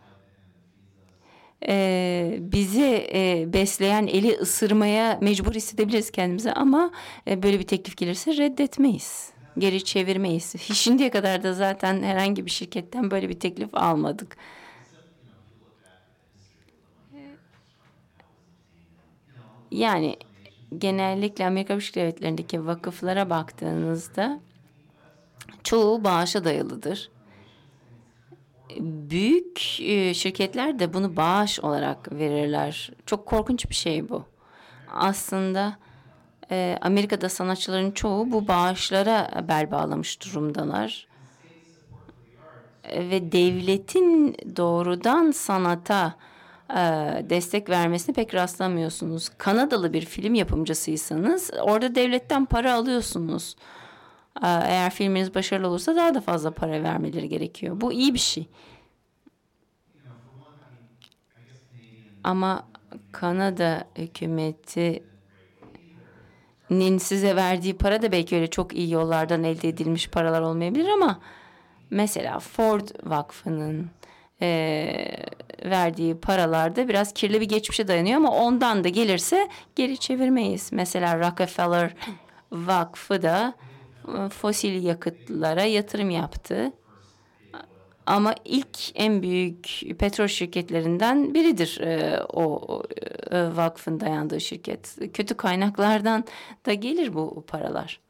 Bizi besleyen eli ısırmaya mecbur hissedebiliriz kendimizi ama böyle bir teklif gelirse reddetmeyiz. Geri çevirmeyiz. Şimdiye kadar da zaten herhangi bir şirketten böyle bir teklif almadık. Yani genellikle Amerika Birleşik Devletleri'ndeki vakıflara baktığınızda çoğu bağışa dayalıdır. Büyük şirketler de bunu bağış olarak verirler. Çok korkunç bir şey bu. Aslında Amerika'da sanatçıların çoğu bu bağışlara bel bağlamış durumdalar. Ve devletin doğrudan sanata destek vermesine pek rastlamıyorsunuz. Kanadalı bir film yapımcısıysanız orada devletten para alıyorsunuz. Eğer filminiz başarılı olursa daha da fazla para vermeleri gerekiyor. Bu iyi bir şey. Ama Kanada hükümetinin size verdiği para da belki öyle çok iyi yollardan elde edilmiş paralar olmayabilir ama mesela Ford Vakfı'nın verdiği paralarda biraz kirli bir geçmişe dayanıyor ama ondan da gelirse geri çevirmeyiz. Mesela Rockefeller Vakfı da fosil yakıtlara yatırım yaptı. Ama ilk en büyük petrol şirketlerinden biridir o vakfın dayandığı şirket. Kötü kaynaklardan da gelir bu paralar.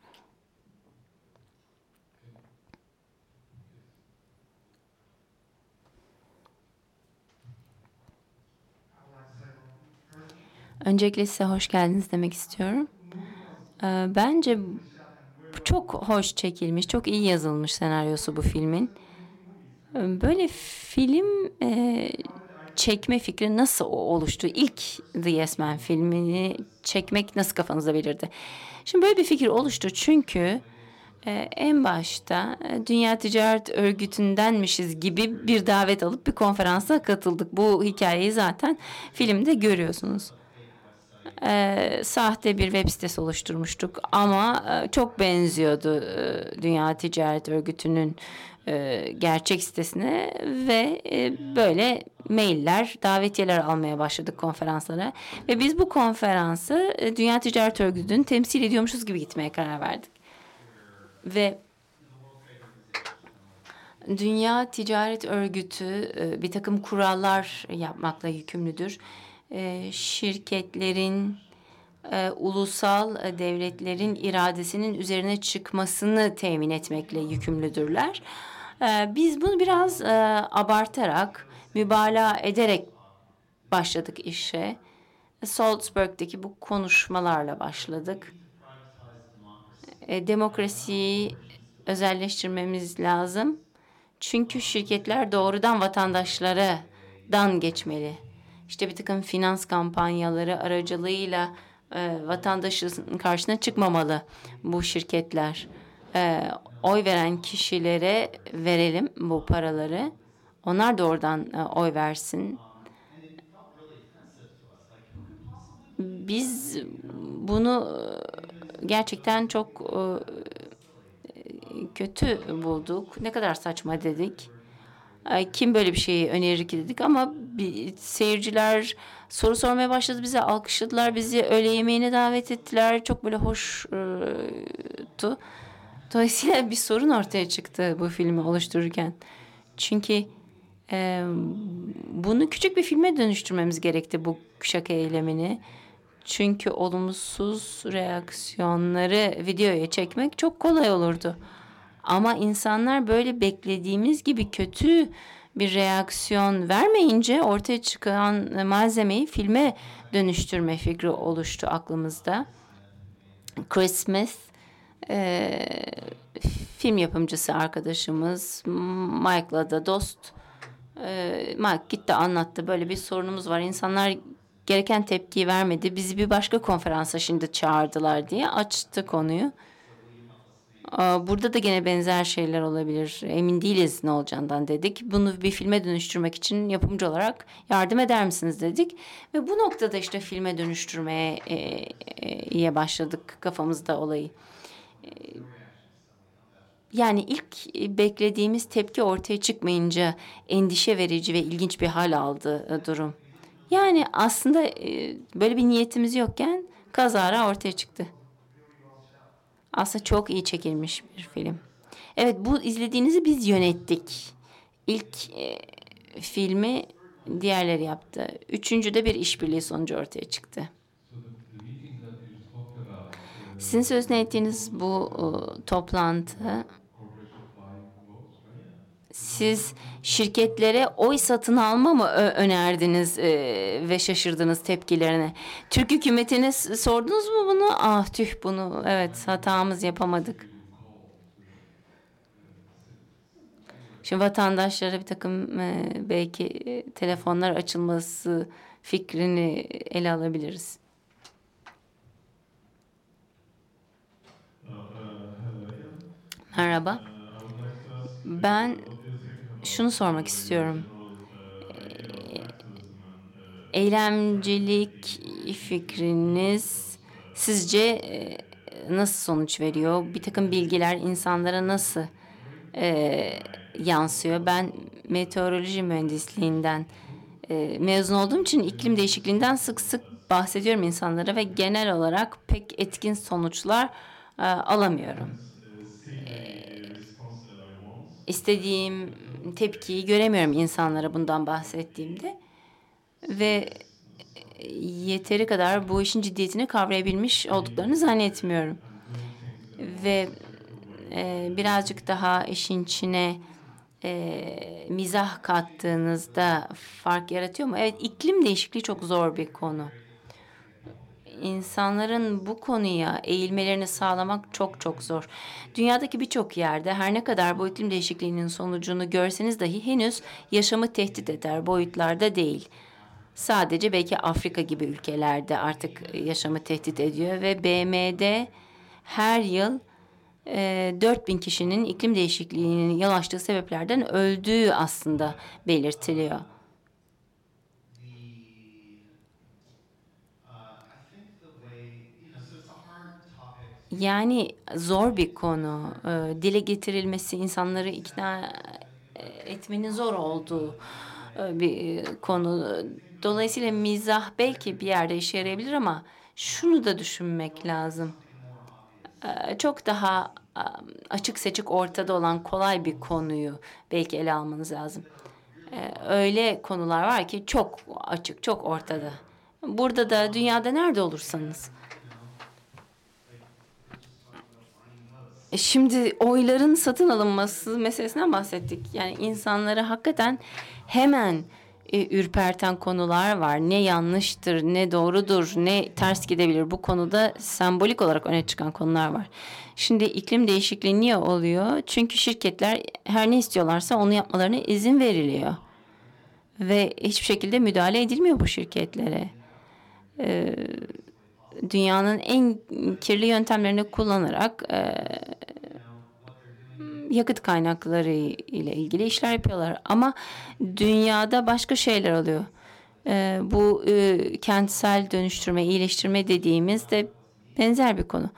Öncelikle size hoş geldiniz demek istiyorum. Bence çok hoş çekilmiş, çok iyi yazılmış senaryosu bu filmin. Böyle film çekme fikri nasıl oluştu? İlk The Yes Man filmini çekmek nasıl kafanıza belirdi? Şimdi böyle bir fikir oluştu çünkü en başta Dünya Ticaret Örgütü'ndenmişiz gibi bir davet alıp bir konferansa katıldık. Bu hikayeyi zaten filmde görüyorsunuz. Sahte bir web sitesi oluşturmuştuk ama çok benziyordu Dünya Ticaret Örgütü'nün gerçek sitesine ve böyle mailler, davetiyeler almaya başladık konferanslara ve biz bu konferansı Dünya Ticaret Örgütü'nü temsil ediyormuşuz gibi gitmeye karar verdik. Ve Dünya Ticaret Örgütü bir takım kurallar yapmakla yükümlüdür. Şirketlerin ulusal devletlerin iradesinin üzerine çıkmasını temin etmekle yükümlüdürler. Biz bunu biraz abartarak, mübalağa ederek başladık işe. Salzburg'daki bu konuşmalarla başladık. Demokrasiyi özelleştirmemiz lazım. Çünkü şirketler doğrudan vatandaşlardan geçmeli. İşte bir takım finans kampanyaları aracılığıyla vatandaşın karşısına çıkmamalı bu şirketler. Oy veren kişilere verelim bu paraları. Onlar doğrudan oy versin. Biz bunu gerçekten çok kötü bulduk. Ne kadar saçma dedik. Kim böyle bir şeyi önerir ki dedik ama seyirciler soru sormaya başladı, bize alkışladılar, bizi öğle yemeğine davet ettiler. Çok böyle hoştu. Dolayısıyla bir sorun ortaya çıktı bu filmi oluştururken. Çünkü bunu küçük bir filme dönüştürmemiz gerekti, bu şaka eylemini. Çünkü olumsuz reaksiyonları videoya çekmek çok kolay olurdu. Ama insanlar böyle beklediğimiz gibi kötü bir reaksiyon vermeyince ortaya çıkan malzemeyi filme dönüştürme fikri oluştu aklımızda. Chris Smith, film yapımcısı arkadaşımız, Mike'la da dost. Mike gitti anlattı, böyle bir sorunumuz var. İnsanlar gereken tepkiyi vermedi. Bizi bir başka konferansa şimdi çağırdılar diye açtı konuyu. Burada da gene benzer şeyler olabilir. Emin değiliz ne olacağından dedik. Bunu bir filme dönüştürmek için yapımcı olarak yardım eder misiniz dedik. Ve bu noktada işte filme dönüştürmeye başladık kafamızda olayı. Yani ilk beklediğimiz tepki ortaya çıkmayınca endişe verici ve ilginç bir hal aldı durum. Yani aslında böyle bir niyetimiz yokken kazara ortaya çıktı. Aslında çok iyi çekilmiş bir film. Evet, bu izlediğinizi biz yönettik. İlk filmi diğerleri yaptı. Üçüncüde bir işbirliği sonucu ortaya çıktı. Sizin sözünü ettiğiniz bu toplantı, siz şirketlere oy satın alma mı önerdiniz ve şaşırdınız tepkilerine? Türk hükümetine sordunuz mu bunu? Ah tüh, bunu evet, hatamız, yapamadık. Şimdi vatandaşlara bir takım belki telefonlar açılması fikrini ele alabiliriz. Merhaba. Ben şunu sormak istiyorum. Eylemcilik fikriniz sizce nasıl sonuç veriyor? Bir takım bilgiler insanlara nasıl yansıyor? Ben meteoroloji mühendisliğinden mezun olduğum için iklim değişikliğinden sık sık bahsediyorum insanlara ve genel olarak pek etkin sonuçlar alamıyorum. İstediğim tepkiyi göremiyorum insanlara bundan bahsettiğimde ve yeteri kadar bu işin ciddiyetini kavrayabilmiş olduklarını zannetmiyorum. Ve birazcık daha işin içine mizah kattığınızda fark yaratıyor mu? Evet, iklim değişikliği çok zor bir konu. İnsanların bu konuya eğilmelerini sağlamak çok çok zor. Dünyadaki birçok yerde her ne kadar bu iklim değişikliğinin sonucunu görseniz dahi henüz yaşamı tehdit eder boyutlarda değil. Sadece belki Afrika gibi ülkelerde artık yaşamı tehdit ediyor ve BM'de her yıl 4.000 kişinin iklim değişikliğinin yol açtığı sebeplerden öldüğü aslında belirtiliyor. Yani zor bir konu. Dile getirilmesi, insanları ikna etmenin zor olduğu bir konu. Dolayısıyla mizah belki bir yerde işe yarayabilir ama şunu da düşünmek lazım. Çok daha açık seçik ortada olan kolay bir konuyu belki ele almanız lazım. Öyle konular var ki çok açık, çok ortada. Burada da dünyada nerede olursanız. Şimdi oyların satın alınması meselesinden bahsettik. Yani insanları hakikaten hemen ürperten konular var. Ne yanlıştır, ne doğrudur, ne ters gidebilir. Bu konuda sembolik olarak öne çıkan konular var. Şimdi iklim değişikliği niye oluyor? Çünkü şirketler her ne istiyorlarsa onu yapmalarına izin veriliyor. Ve hiçbir şekilde müdahale edilmiyor bu şirketlere. Dünyanın en kirli yöntemlerini kullanarak yakıt kaynakları ile ilgili işler yapıyorlar. Ama dünyada başka şeyler oluyor. Bu kentsel dönüştürme, iyileştirme dediğimiz de benzer bir konu.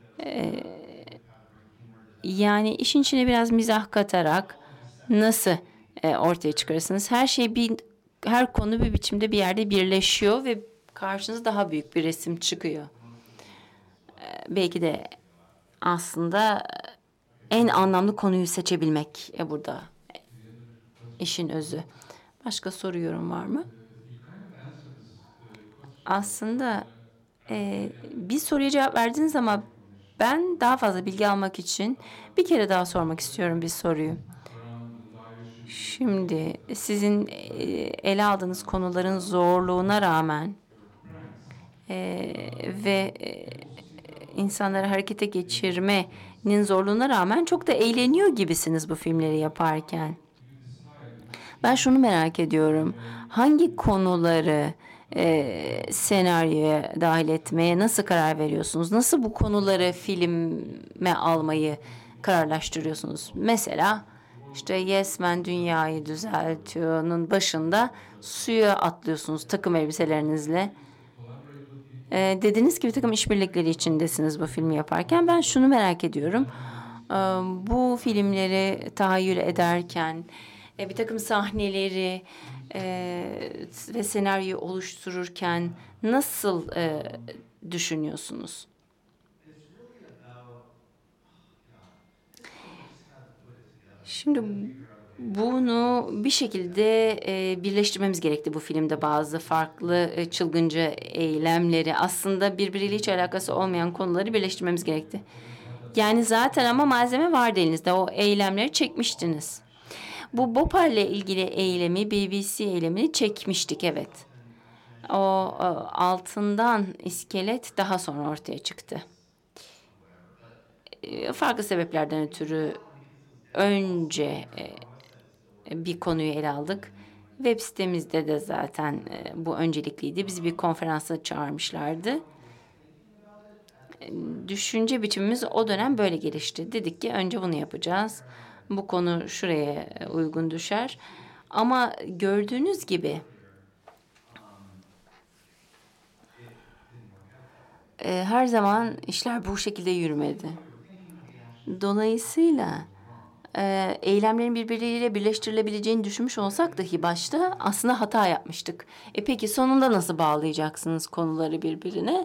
Yani işin içine biraz mizah katarak nasıl ortaya çıkarırsınız? Her konu bir biçimde bir yerde birleşiyor ve karşınıza daha büyük bir resim çıkıyor. Belki de aslında en anlamlı konuyu seçebilmek burada işin özü. Başka soru yorum var mı? Aslında bir soruya cevap verdiniz ama ben daha fazla bilgi almak için bir kere daha sormak istiyorum bir soruyu. Şimdi sizin ele aldığınız konuların zorluğuna rağmen ve insanları harekete geçirmenin zorluğuna rağmen çok da eğleniyor gibisiniz bu filmleri yaparken. Ben şunu merak ediyorum. Hangi konuları senaryoya dahil etmeye nasıl karar veriyorsunuz? Nasıl bu konuları filme almayı kararlaştırıyorsunuz? Mesela işte Yes Man dünyayı düzeltiyor'nun başında suya atlıyorsunuz takım elbiselerinizle. Dediğiniz gibi takım işbirlikleri içindesiniz bu filmi yaparken. Ben şunu merak ediyorum. Bu filmleri tahayyül ederken bir takım sahneleri ve senaryoyu oluştururken nasıl düşünüyorsunuz? Şimdi bunu bir şekilde birleştirmemiz gerekti bu filmde bazı farklı çılgınca eylemleri aslında birbiriyle hiç alakası olmayan konuları birleştirmemiz gerekti. Yani zaten ama malzeme vardı elinizde o eylemleri çekmiştiniz. Bu Bhopal ile ilgili eylemi BBC eylemini çekmiştik evet. O altından iskelet daha sonra ortaya çıktı. Farklı sebeplerden ötürü önce bir konuyu ele aldık. Web sitemizde de zaten bu öncelikliydi. Bizi bir konferansa çağırmışlardı. Düşünce biçimimiz o dönem böyle gelişti. Dedik ki önce bunu yapacağız. Bu konu şuraya uygun düşer. Ama gördüğünüz gibi her zaman işler bu şekilde yürümedi. Dolayısıyla eylemlerin birbirleriyle birleştirilebileceğini düşünmüş olsak dahi başta aslında hata yapmıştık. Peki sonunda nasıl bağlayacaksınız konuları birbirine?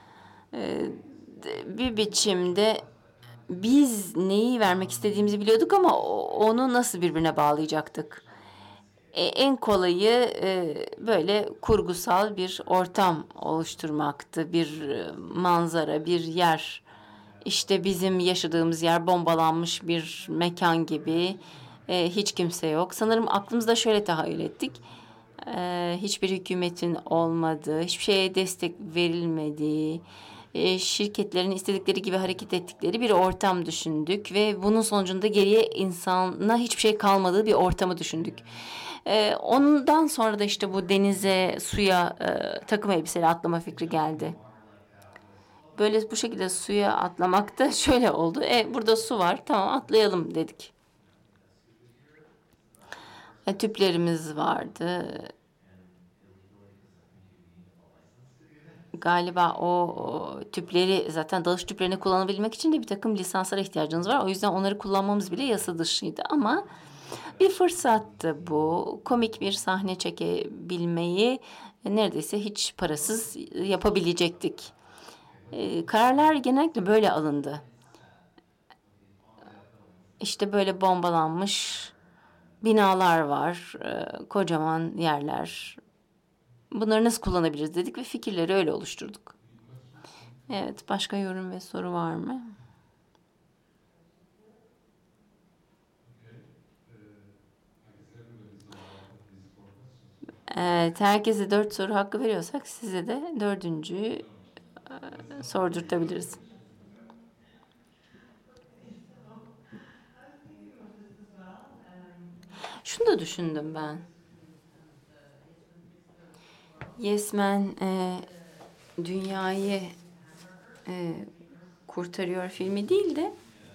Bir biçimde biz neyi vermek istediğimizi biliyorduk ama onu nasıl birbirine bağlayacaktık? En kolayı böyle kurgusal bir ortam oluşturmaktı. Bir manzara, bir yer. İşte bizim yaşadığımız yer bombalanmış bir mekan gibi. Hiç kimse yok. Sanırım aklımızda şöyle tahayyül ettik. Hiçbir hükümetin olmadığı, hiçbir şeye destek verilmediği, şirketlerin istedikleri gibi hareket ettikleri bir ortam düşündük ve bunun sonucunda geriye insana hiçbir şey kalmadığı bir ortamı düşündük. Ondan sonra da işte bu denize, suya takım elbiseyle atlama fikri geldi. Böyle bu şekilde suya atlamak da şöyle oldu. Burada su var, tamam atlayalım dedik. Tüplerimiz vardı. Galiba o tüpleri zaten dalış tüplerini kullanabilmek için de bir takım lisanslara ihtiyacınız var. O yüzden onları kullanmamız bile yasa dışıydı ama bir fırsattı bu. Komik bir sahne çekebilmeyi neredeyse hiç parasız yapabilecektik. Kararlar genellikle böyle alındı. İşte böyle bombalanmış binalar var, kocaman yerler. Bunları nasıl kullanabiliriz dedik ve fikirleri öyle oluşturduk. Evet, başka yorum ve soru var mı? Evet, herkese 4 soru hakkı veriyorsak size de dördüncüyü sordurtabiliriz. Şunu da düşündüm ben. Yes Man dünyayı kurtarıyor filmi değil de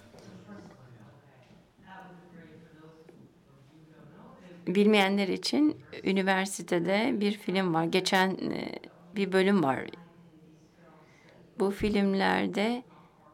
bilmeyenler için üniversitede bir film var. Geçen bir bölüm var. Bu filmlerde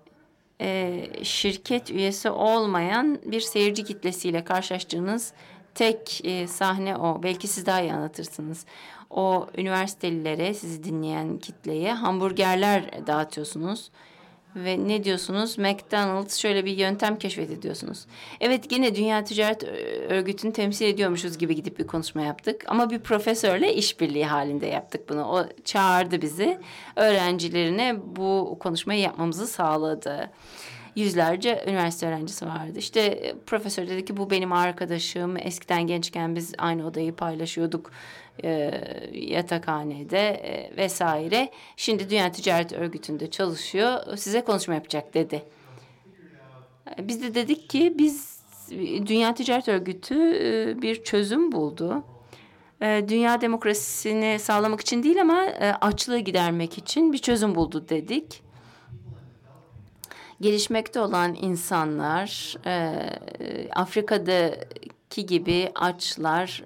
şirket üyesi olmayan bir seyirci kitlesiyle karşılaştığınız tek sahne o. Belki siz daha iyi anlatırsınız. O üniversitelilere, sizi dinleyen kitleye hamburgerler dağıtıyorsunuz. Ve ne diyorsunuz? McDonald's şöyle bir yöntem keşfetti diyorsunuz. Evet, yine Dünya Ticaret Örgütü'nü temsil ediyormuşuz gibi gidip bir konuşma yaptık. Ama bir profesörle işbirliği halinde yaptık bunu. O çağırdı bizi. Öğrencilerine bu konuşmayı yapmamızı sağladı. Yüzlerce üniversite öğrencisi vardı. İşte profesör dedi ki bu benim arkadaşım. Eskiden gençken biz aynı odayı paylaşıyorduk yatakhanede vesaire. Şimdi Dünya Ticaret Örgütü'nde çalışıyor. Size konuşma yapacak dedi. Biz de dedik ki Dünya Ticaret Örgütü bir çözüm buldu. Dünya demokrasisini sağlamak için değil ama açlığı gidermek için bir çözüm buldu dedik. Gelişmekte olan insanlar, Afrika'daki gibi açlar,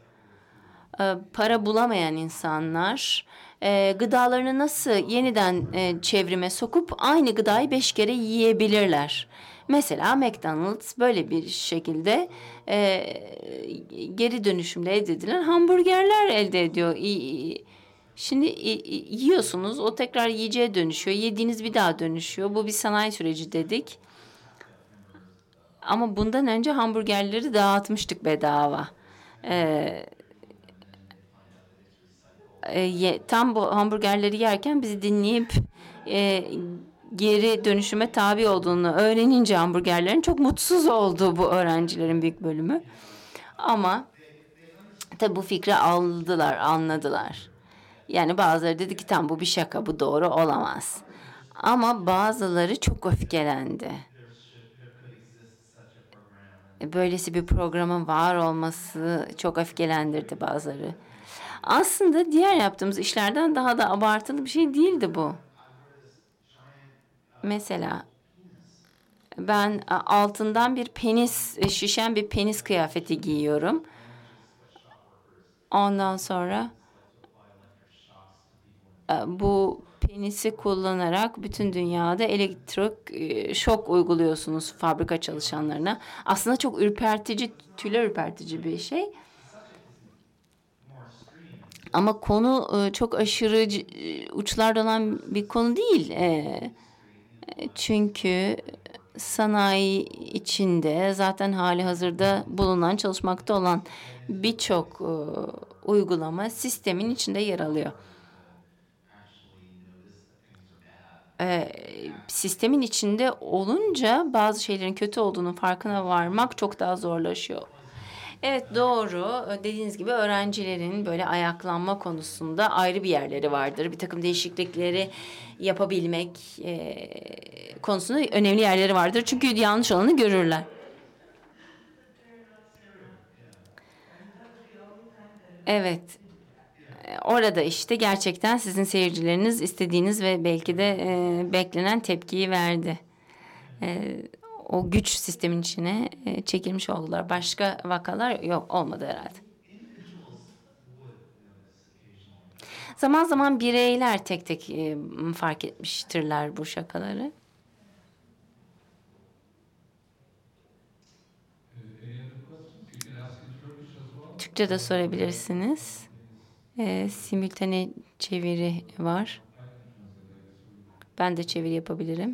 para bulamayan insanlar gıdalarını nasıl yeniden çevrime sokup aynı gıdayı 5 kere yiyebilirler. Mesela McDonald's böyle bir şekilde geri dönüşümle elde edilen hamburgerler elde ediyor. Şimdi yiyorsunuz, o tekrar yiyeceğe dönüşüyor. Yediğiniz bir daha dönüşüyor. Bu bir sanayi süreci dedik. Ama bundan önce hamburgerleri dağıtmıştık bedava. Ee, Tam bu hamburgerleri yerken bizi dinleyip geri dönüşüme tabi olduğunu öğrenince hamburgerlerin çok mutsuz oldu bu öğrencilerin büyük bölümü. Ama tabii bu fikri aldılar, anladılar. Yani bazıları dedi ki tam bu bir şaka, bu doğru olamaz. Ama bazıları çok öfkelendi. Böylesi bir programın var olması çok öfkelendirdi bazıları. Aslında diğer yaptığımız işlerden daha da abartılı bir şey değildi bu. Mesela ben altından bir penis, şişen bir penis kıyafeti giyiyorum. Ondan sonra bu penisi kullanarak bütün dünyada elektrik şok uyguluyorsunuz fabrika çalışanlarına. Aslında çok ürpertici, tüyler ürpertici bir şey. Ama konu çok aşırı uçlarda olan bir konu değil. Çünkü sanayi içinde zaten hali hazırda bulunan, çalışmakta olan birçok uygulama sistemin içinde yer alıyor. Sistemin içinde olunca bazı şeylerin kötü olduğunun farkına varmak çok daha zorlaşıyor. Evet, doğru. Dediğiniz gibi öğrencilerin böyle ayaklanma konusunda ayrı bir yerleri vardır. Bir takım değişiklikleri yapabilmek konusunda önemli yerleri vardır. Çünkü yanlış olanı görürler. Evet. Orada işte gerçekten sizin seyircileriniz istediğiniz ve belki de beklenen tepkiyi verdi. O güç sistemin içine çekilmiş oldular. Başka vakalar yok, olmadı herhalde. Zaman zaman bireyler tek tek fark etmiştirler bu şakaları. Türkçe de sorabilirsiniz. Simültane çeviri var. Ben de çeviri yapabilirim.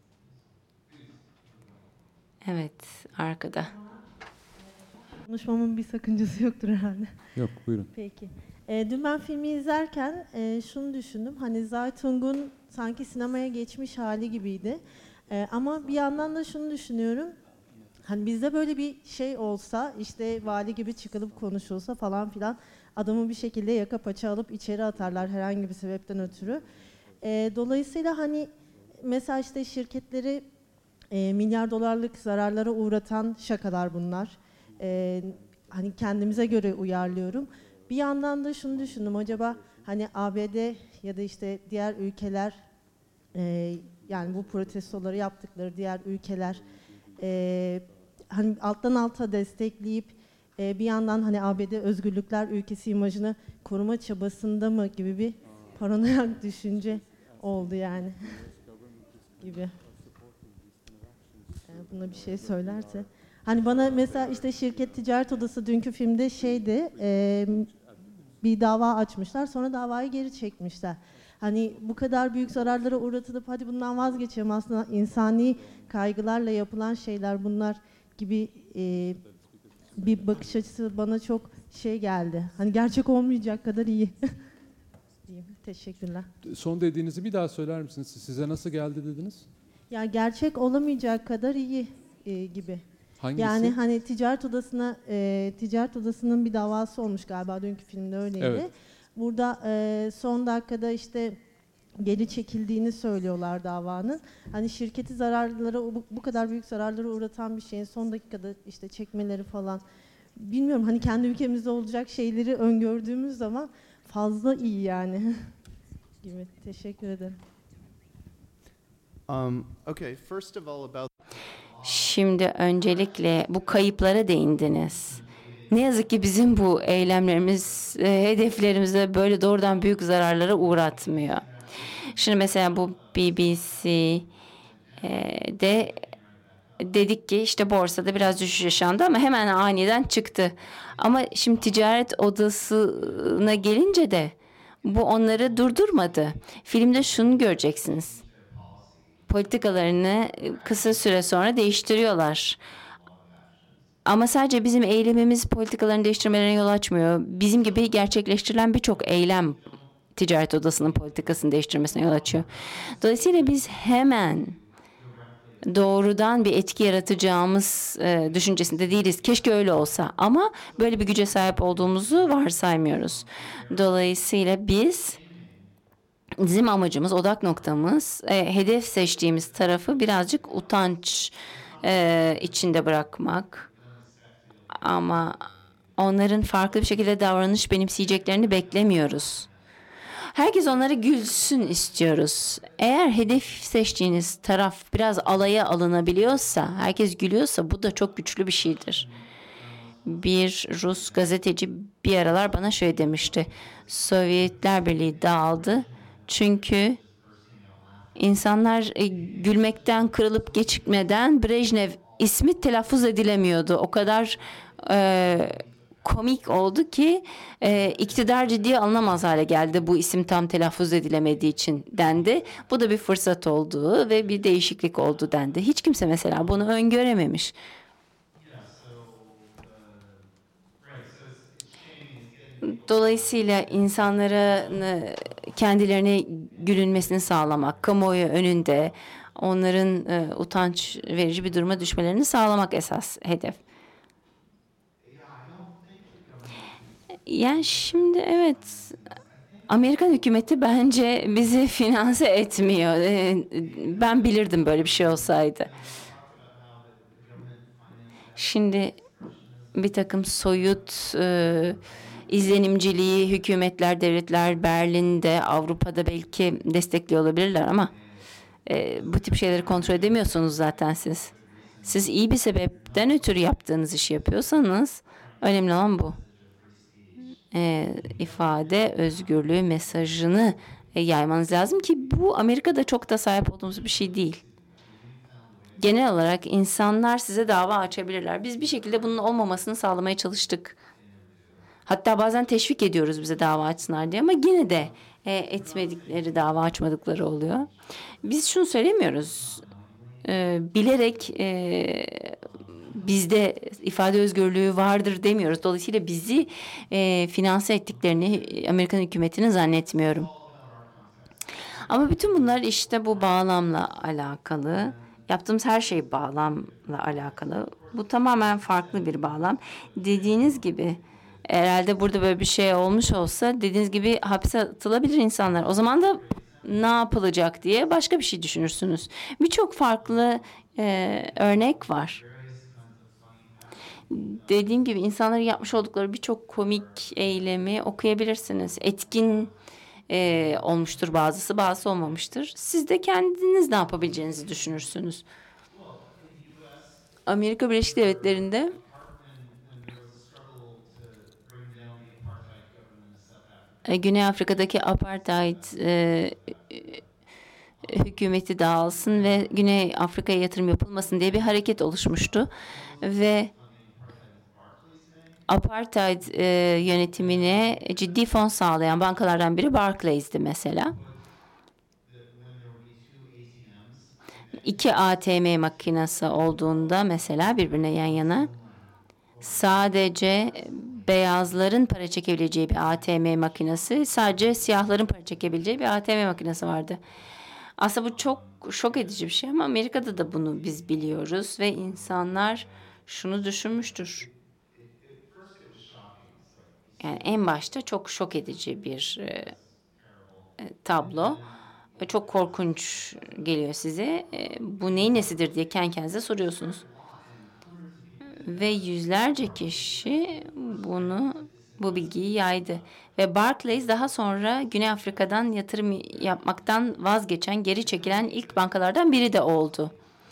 Evet, arkada. Konuşmamın bir sakıncası yoktur herhalde. Yok, buyurun. Peki. Dün ben filmi izlerken şunu düşündüm. Hani Zaytung'un sanki sinemaya geçmiş hali gibiydi. Ama bir yandan da şunu düşünüyorum. Hani bizde böyle bir şey olsa, işte vali gibi çıkılıp konuşulsa falan filan. adamı bir şekilde yaka paça alıp içeri atarlar herhangi bir sebepten ötürü. Dolayısıyla hani mesela işte şirketleri milyar dolarlık zararlara uğratan şakalar bunlar. Hani kendimize göre uyarlıyorum. Bir yandan da şunu düşündüm, acaba hani ABD ya da işte diğer ülkeler, yani bu protestoları yaptıkları diğer ülkeler hani alttan alta destekleyip bir yandan hani ABD özgürlükler ülkesi imajını koruma çabasında mı gibi bir paranoyak düşünce oldu yani gibi. Buna bir şey söylerse. Hani bana mesela işte Şirket Ticaret Odası dünkü filmde şeydi, bir dava açmışlar, sonra davayı geri çekmişler. Hani bu kadar büyük zararlara uğratılıp hadi bundan vazgeçelim, aslında insani kaygılarla yapılan şeyler bunlar gibi bir bakış açısı bana çok şey geldi. Hani gerçek olmayacak kadar iyi. diyeyim. Teşekkürler. Son dediğinizi bir daha söyler misiniz? Size nasıl geldi dediniz? Ya gerçek olamayacak kadar iyi gibi. Hangisi? Yani hani ticaret odasının bir davası olmuş galiba, dünkü filmde öyleydi. Evet. Burada son dakikada işte geri çekildiğini söylüyorlar davanın. Hani şirketi zararlara, bu kadar büyük zararlara uğratan bir şeyin son dakikada işte çekmeleri falan. Bilmiyorum, hani kendi ülkemizde olacak şeyleri öngördüğümüz zaman fazla iyi yani. gibi. Teşekkür ederim. Okay, first of all about Şimdi öncelikle bu kayıplara değindiniz. Ne yazık ki bizim bu eylemlerimiz hedeflerimize böyle doğrudan büyük zararlara uğratmıyor. Şimdi mesela bu BBC'de dedik ki işte borsada biraz düşüş yaşandı ama hemen aniden çıktı. Ama şimdi ticaret odasına gelince de bu onları durdurmadı. Filmde şunu göreceksiniz. Politikalarını kısa süre sonra değiştiriyorlar. Ama sadece bizim eylemimiz politikalarını değiştirmelerine yol açmıyor. Bizim gibi gerçekleştirilen birçok eylem ticaret odasının politikasını değiştirmesine yol açıyor. Dolayısıyla biz hemen doğrudan bir etki yaratacağımız düşüncesinde değiliz. Keşke öyle olsa ama böyle bir güce sahip olduğumuzu varsaymıyoruz. Dolayısıyla bizim amacımız, odak noktamız, hedef seçtiğimiz tarafı birazcık utanç içinde bırakmak. Ama onların farklı bir şekilde davranış benimseyeceklerini beklemiyoruz. Herkes onları gülsün istiyoruz. Eğer hedef seçtiğiniz taraf biraz alaya alınabiliyorsa, herkes gülüyorsa bu da çok güçlü bir şeydir. Bir Rus gazeteci bir aralar bana şöyle demişti. Sovyetler Birliği dağıldı çünkü insanlar gülmekten kırılıp geçmeden Brejnev ismi telaffuz edilemiyordu. O kadar komik oldu ki iktidar ciddiye alınamaz hale geldi bu isim tam telaffuz edilemediği için dendi. Bu da bir fırsat oldu ve bir değişiklik oldu dendi. Hiç kimse mesela bunu öngörememiş. Dolayısıyla insanların kendilerine gülünmesini sağlamak, kamuoyu önünde onların utanç verici bir duruma düşmelerini sağlamak esas hedef. Yani şimdi evet, Amerikan hükümeti bence bizi finanse etmiyor. Ben bilirdim böyle bir şey olsaydı. Şimdi bir takım soyut izlenimciliği hükümetler, devletler Berlin'de, Avrupa'da belki destekliyor olabilirler ama bu tip şeyleri kontrol edemiyorsunuz zaten siz. Siz iyi bir sebepten ötürü yaptığınız işi yapıyorsanız önemli olan bu. İfade özgürlüğü mesajını yaymanız lazım ki bu Amerika'da çok da sahip olduğumuz bir şey değil. Genel olarak insanlar size dava açabilirler. Biz bir şekilde bunun olmamasını sağlamaya çalıştık. Hatta bazen teşvik ediyoruz bize dava açsınlar diye ama yine de etmedikleri, dava açmadıkları oluyor. Biz şunu söylemiyoruz. Bilerek bizde ifade özgürlüğü vardır demiyoruz. Dolayısıyla bizi finanse ettiklerini Amerikan hükümetinin zannetmiyorum. Ama bütün bunlar işte bu bağlamla alakalı. Yaptığımız her şey bağlamla alakalı. Bu tamamen farklı bir bağlam. Dediğiniz gibi Herhalde burada böyle bir şey olmuş olsa dediğiniz gibi hapse atılabilir insanlar. O zaman da ne yapılacak diye başka bir şey düşünürsünüz. Birçok farklı örnek var. Dediğim gibi insanların yapmış oldukları birçok komik eylemi okuyabilirsiniz. Etkin olmuştur bazısı, bazısı olmamıştır. Siz de kendiniz ne yapabileceğinizi düşünürsünüz. Amerika Birleşik Devletleri'nde Güney Afrika'daki apartheid hükümeti dağılsın ve Güney Afrika'ya yatırım yapılmasın diye bir hareket oluşmuştu. Ve apartheid yönetimine ciddi fon sağlayan bankalardan biri Barclays'di mesela. 2 ATM makinesi olduğunda mesela birbirine yan yana sadece beyazların para çekebileceği bir ATM makinesi, sadece siyahların para çekebileceği bir ATM makinesi vardı. Aslında bu çok şok edici bir şey ama Amerika'da da bunu biz biliyoruz ve insanlar şunu düşünmüştür. Yani en başta çok şok edici bir tablo. Çok korkunç geliyor size. Bu neyin nesidir diye kendi kendinize soruyorsunuz. Ve yüzlerce kişi bu bilgiyi yaydı. Ve Barclays daha sonra Güney Afrika'dan yatırım yapmaktan vazgeçen, geri çekilen ilk bankalardan biri de oldu.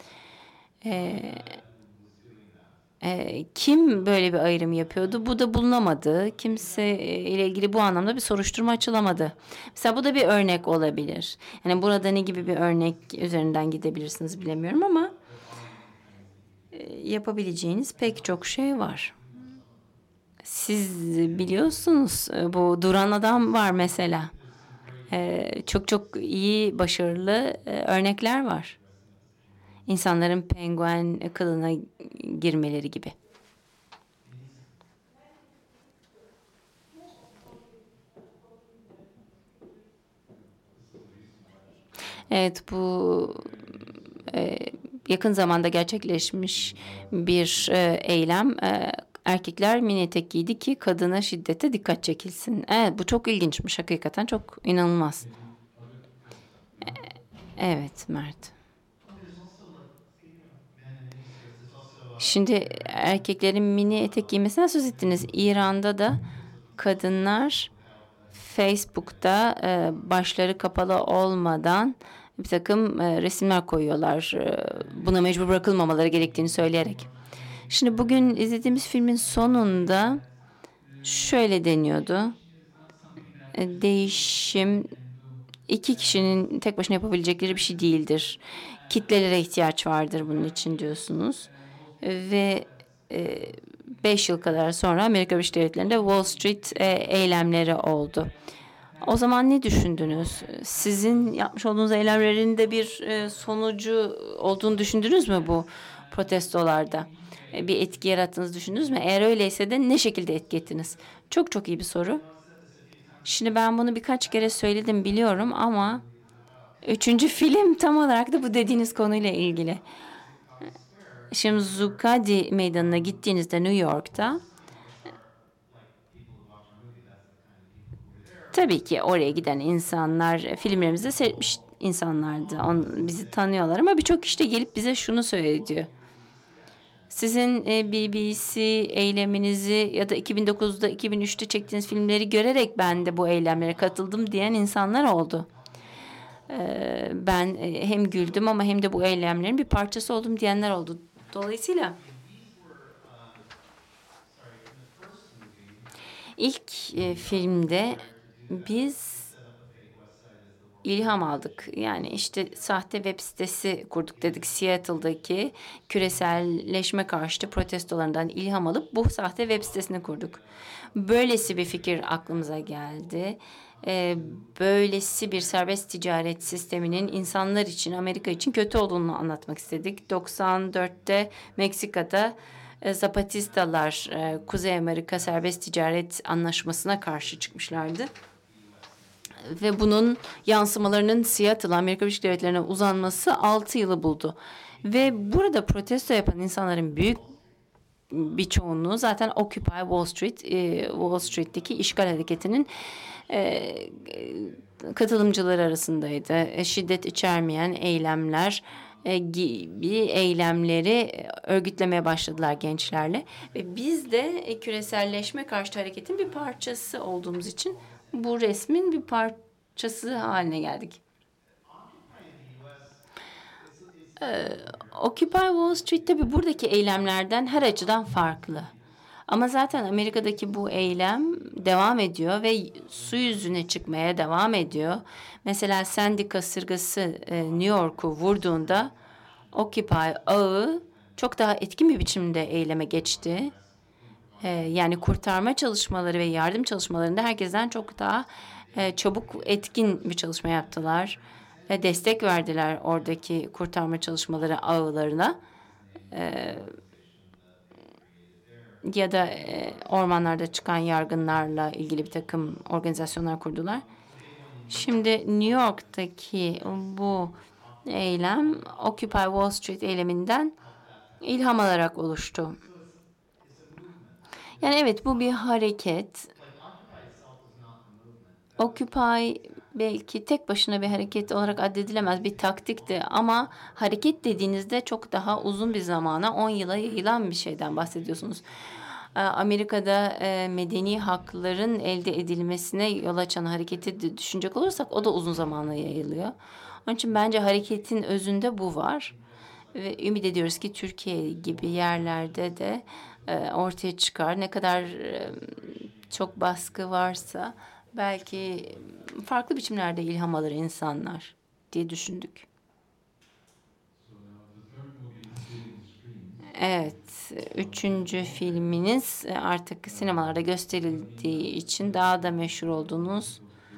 Kim böyle bir ayrım yapıyordu? Bu da bulunamadı. Kimse ile ilgili bu anlamda bir soruşturma açılamadı. Mesela bu da bir örnek olabilir. Yani burada ne gibi bir örnek üzerinden gidebilirsiniz bilemiyorum ama yapabileceğiniz pek çok şey var. Siz biliyorsunuz bu duran adam var mesela. Çok çok iyi, başarılı örnekler var. İnsanların penguen kılığına girmeleri gibi. Evet, bu yakın zamanda gerçekleşmiş bir eylem. Erkekler mini etek giydi ki kadına şiddete dikkat çekilsin. Evet, bu çok ilginçmiş hakikaten, çok inanılmaz. Evet Mert. Şimdi erkeklerin mini etek giymesinden söz ettiniz. İran'da da kadınlar Facebook'ta başları kapalı olmadan bir takım resimler koyuyorlar. Buna mecbur bırakılmamaları gerektiğini söyleyerek. Şimdi bugün izlediğimiz filmin sonunda şöyle deniyordu. Değişim 2 kişinin tek başına yapabilecekleri bir şey değildir. Kitlelere ihtiyaç vardır bunun için diyorsunuz. Ve 5 yıl kadar sonra Amerika Birleşik Devletleri'nde Wall Street eylemleri oldu. O zaman ne düşündünüz? Sizin yapmış olduğunuz eylemlerin de bir sonucu olduğunu düşündünüz mü bu protestolarda? Bir etki yarattığınızı düşündünüz mü? Eğer öyleyse de ne şekilde etki ettiniz? Çok çok iyi bir soru. Şimdi ben bunu birkaç kere söyledim biliyorum ama 3. film tam olarak da bu dediğiniz konuyla ilgili. Şimdi Zuccotti Meydanı'na gittiğinizde New York'ta tabii ki oraya giden insanlar filmlerimizde seyretmiş insanlardı. Bizi tanıyorlar ama birçok kişi de gelip bize şunu söylüyor. Sizin BBC eyleminizi ya da 2009'da 2003'te çektiğiniz filmleri görerek ben de bu eylemlere katıldım diyen insanlar oldu. Ben hem güldüm ama hem de bu eylemlerin bir parçası oldum diyenler oldu. Dolayısıyla ilk filmde biz ilham aldık. Yani işte sahte web sitesi kurduk dedik. Seattle'daki küreselleşme karşıtı protestolarından ilham alıp bu sahte web sitesini kurduk. Böylesi bir fikir aklımıza geldi. Böylesi bir serbest ticaret sisteminin insanlar için, Amerika için kötü olduğunu anlatmak istedik. 94'te Meksika'da Zapatistalar Kuzey Amerika Serbest Ticaret Anlaşması'na karşı çıkmışlardı. Ve bunun yansımalarının Seattle, Amerika Birleşik Devletleri'ne uzanması 6 yılı buldu. Ve burada protesto yapan insanların büyük birçoğunluğu zaten Occupy Wall Street, Wall Street'teki işgal hareketinin katılımcıları arasındaydı. Şiddet içermeyen eylemler gibi eylemleri örgütlemeye başladılar gençlerle. Ve biz de küreselleşme karşıtı hareketin bir parçası olduğumuz için bu resmin bir parçası haline geldik. Occupy Wall Street tabii buradaki eylemlerden her açıdan farklı. Ama zaten Amerika'daki bu eylem devam ediyor ve su yüzüne çıkmaya devam ediyor. Mesela Sandy kasırgası New York'u vurduğunda Occupy ağı çok daha etkin bir biçimde eyleme geçti. Yani kurtarma çalışmaları ve yardım çalışmalarında herkesten çok daha çabuk, etkin bir çalışma yaptılar. Destek verdiler oradaki kurtarma çalışmaları ağlarına. Ya da ormanlarda çıkan yargınlarla ilgili bir takım organizasyonlar kurdular. Şimdi New York'taki bu eylem Occupy Wall Street eyleminden ilham alarak oluştu. Yani evet, bu bir hareket. Occupy belki tek başına bir hareket olarak addedilemez, bir taktikti ama hareket dediğinizde çok daha uzun bir zamana, 10 yıla yayılan bir şeyden bahsediyorsunuz. Amerika'da medeni hakların elde edilmesine yol açan hareketi düşünecek olursak o da uzun zamana yayılıyor. Onun için bence hareketin özünde bu var. Ve ümit ediyoruz ki Türkiye gibi yerlerde de ortaya çıkar. Ne kadar çok baskı varsa belki farklı biçimlerde ilham alır insanlar diye düşündük. Evet, üçüncü filminiz artık sinemalarda gösterildiği için daha da meşhur oldunuz.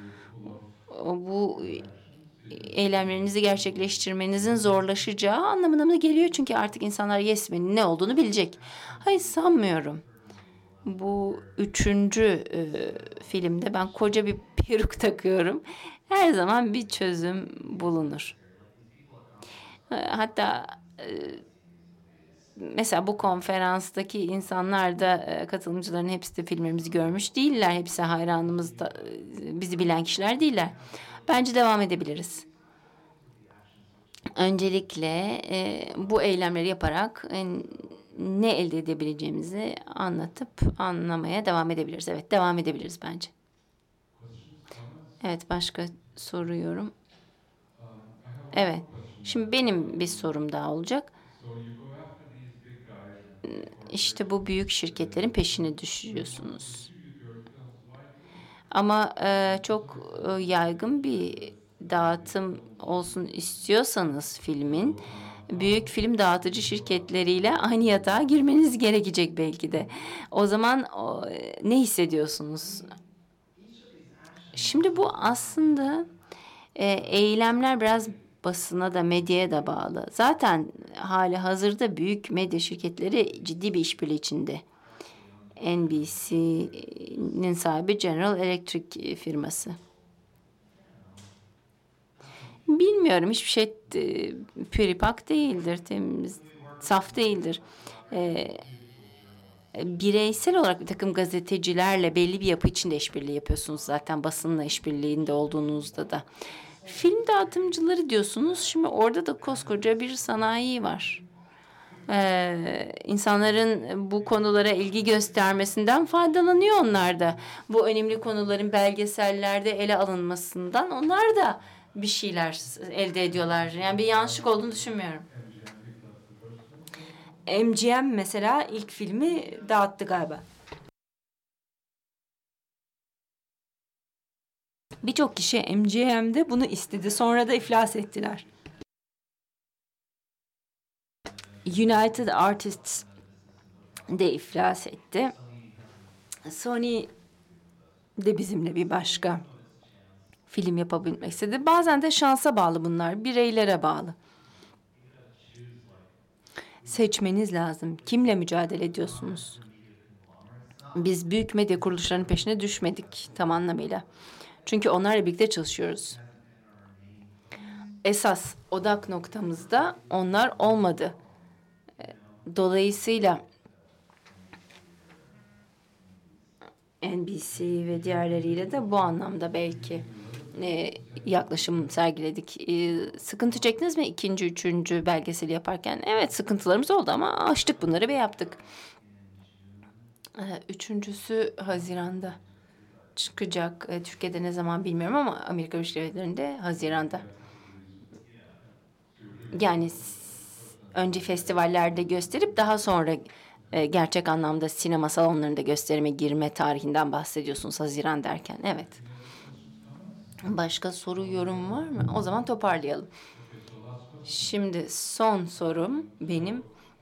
Bu eylemlerinizi gerçekleştirmenizin zorlaşacağı anlamına mı geliyor? Çünkü artık insanlar Yes Men'in ne olduğunu bilecek. Hayır, sanmıyorum. Bu üçüncü filmde ben koca bir peruk takıyorum. Her zaman bir çözüm bulunur. Hatta mesela bu konferanstaki insanlar da katılımcıların hepsi de filmlerimizi görmüş değiller. Hepsi hayranımız da bizi bilen kişiler değiller. Bence devam edebiliriz. Öncelikle bu eylemleri yaparak ne elde edebileceğimizi anlatıp anlamaya devam edebiliriz. Evet, devam edebiliriz bence. Evet, başka soruyorum. Evet, şimdi benim bir sorum daha olacak. İşte bu büyük şirketlerin peşine düşüyorsunuz. Ama çok yaygın bir dağıtım olsun istiyorsanız filmin, büyük film dağıtıcı şirketleriyle aynı yatağa girmeniz gerekecek belki de. O zaman ne hissediyorsunuz? Şimdi bu aslında eylemler biraz basına da medyaya da bağlı. Zaten hali hazırda büyük medya şirketleri ciddi bir işbirliği içinde. NBC'nin sahibi General Electric firması. Bilmiyorum, hiçbir şey püripak değildir, temiz, saf değildir. Bireysel olarak bir takım gazetecilerle belli bir yapı içinde işbirliği yapıyorsunuz zaten, basınla işbirliğinde olduğunuzda da. Film dağıtımcıları diyorsunuz, şimdi orada da koskoca bir sanayi var. İnsanların bu konulara ilgi göstermesinden faydalanıyor onlar da. Bu önemli konuların belgesellerde ele alınmasından onlar da bir şeyler elde ediyorlar. Yani bir yanlışlık olduğunu düşünmüyorum. MGM mesela ilk filmi dağıttı galiba. Birçok kişi MGM'de bunu istedi. Sonra da iflas ettiler. United Artists de iflas etti. Sony de bizimle bir başka film yapabilmek istedi. Bazen de şansa bağlı bunlar, bireylere bağlı. Seçmeniz lazım. Kimle mücadele ediyorsunuz? Biz büyük medya kuruluşlarının peşine düşmedik tam anlamıyla. Çünkü onlarla birlikte çalışıyoruz. Esas odak noktamızda onlar olmadı. Dolayısıyla NBC ve diğerleriyle de bu anlamda belki yaklaşım sergiledik. Sıkıntı çektiniz mi ikinci, üçüncü belgeseli yaparken? Evet, sıkıntılarımız oldu ama aştık bunları ve yaptık. Üçüncüsü Haziran'da çıkacak. Türkiye'de ne zaman bilmiyorum ama Amerika Birleşik Devletleri'nde Haziran'da. Yani önce festivallerde gösterip daha sonra gerçek anlamda sinema salonlarında gösterime girme tarihinden bahsediyorsunuz Haziran derken. Evet. Başka soru, yorum var mı? O zaman toparlayalım. Şimdi son sorum benim.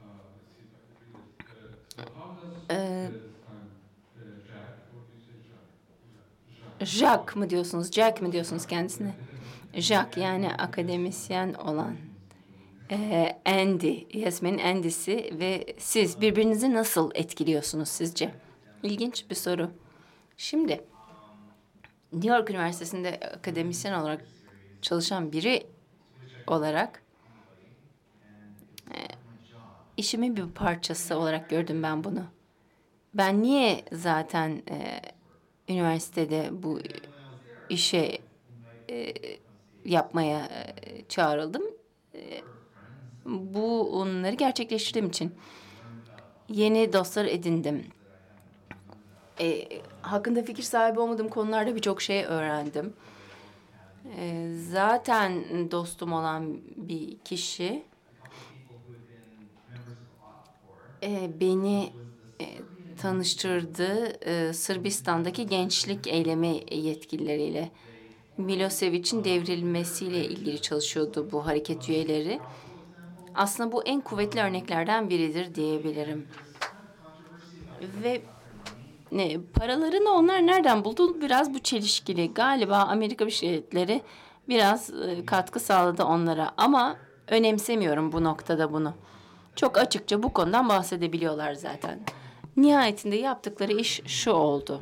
Jack mı diyorsunuz, Jack mı diyorsunuz kendisine? Jack, yani akademisyen olan Andy, Yasmin'in Andy'si ve siz birbirinizi nasıl etkiliyorsunuz sizce? İlginç bir soru. Şimdi New York Üniversitesi'nde akademisyen olarak çalışan biri olarak işimin bir parçası olarak gördüm ben bunu. Ben niye zaten üniversitede bu işe yapmaya çağrıldım? Bu onları gerçekleştirdiğim için yeni dostlar edindim. Hakkında fikir sahibi olmadığım konularda birçok şey öğrendim. Zaten dostum olan bir kişi beni tanıştırdı Sırbistan'daki gençlik eylemi yetkilileriyle. Milosevic'in devrilmesiyle ilgili çalışıyordu bu hareket üyeleri. Aslında bu en kuvvetli örneklerden biridir diyebilirim. Ve paralarını onlar nereden buldu? Biraz bu çelişkili. Galiba Amerika Birleşik Devletleri biraz katkı sağladı onlara. Ama önemsemiyorum bu noktada bunu. Çok açıkça bu konudan bahsedebiliyorlar zaten. Nihayetinde yaptıkları iş şu oldu.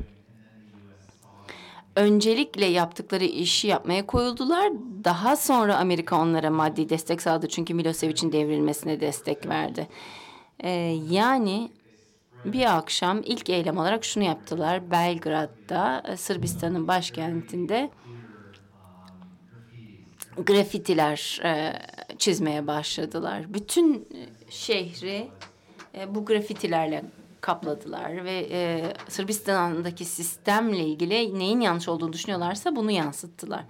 Öncelikle yaptıkları işi yapmaya koyuldular. Daha sonra Amerika onlara maddi destek sağladı. Çünkü Milosevic'in devrilmesine destek verdi. Yani bir akşam ilk eylem olarak şunu yaptılar. Belgrad'da, Sırbistan'ın başkentinde grafitiler çizmeye başladılar. Bütün şehri bu grafitilerle kapladılar ve Sırbistan'daki sistemle ilgili neyin yanlış olduğunu düşünüyorlarsa bunu yansıttılar.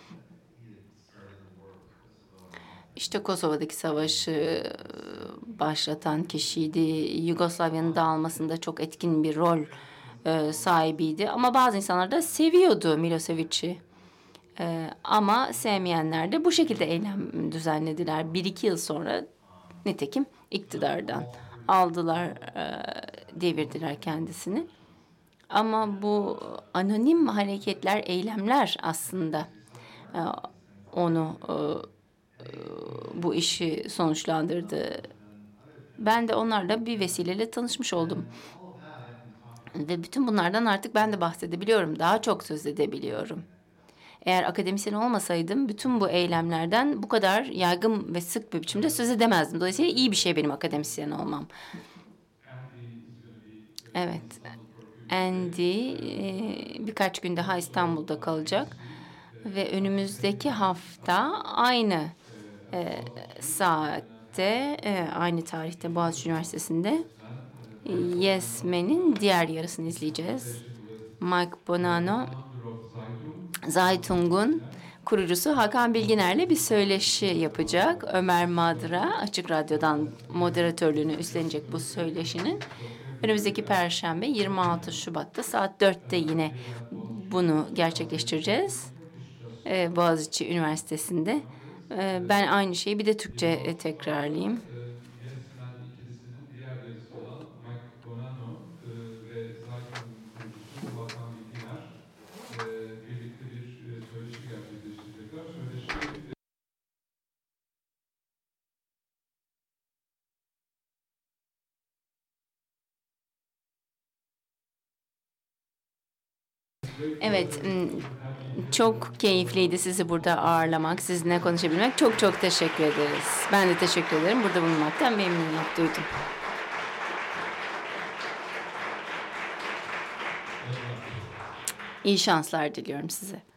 İşte Kosova'daki savaşı başlatan kişiydi. Yugoslavya'nın dağılmasında çok etkin bir rol sahibiydi. Ama bazı insanlar da seviyordu Milosevic'i. Ama sevmeyenler de bu şekilde eylem düzenlediler. 1-2 yıl sonra nitekim iktidardan aldılar, devirdiler kendisini. Ama bu anonim hareketler, eylemler aslında onu bu işi sonuçlandırdı. Ben de onlarla bir vesileyle tanışmış oldum. Ve bütün bunlardan artık ben de bahsedebiliyorum. Daha çok söz edebiliyorum. Eğer akademisyen olmasaydım bütün bu eylemlerden bu kadar yaygın ve sık bir biçimde söz edemezdim. Dolayısıyla iyi bir şey benim akademisyen olmam. Evet. Andy birkaç gün daha İstanbul'da kalacak. Ve önümüzdeki hafta aynı saatte, aynı tarihte Boğaziçi Üniversitesi'nde Yes Men'in diğer yarısını izleyeceğiz. Mike Bonanno, Zaytung'un kurucusu Hakan Bilginer'le bir söyleşi yapacak. Ömer Madra Açık Radyo'dan moderatörlüğünü üstlenecek bu söyleşinin. Önümüzdeki Perşembe 26 Şubat'ta saat 4'te yine bunu gerçekleştireceğiz. Boğaziçi Üniversitesi'nde. Ben aynı şeyi bir de Türkçe tekrarlayayım. Evet, çok keyifliydi sizi burada ağırlamak, sizinle konuşabilmek. Çok çok teşekkür ederiz. Ben de teşekkür ederim. Burada bulunmaktan memnuniyet duydum. İyi şanslar diliyorum size.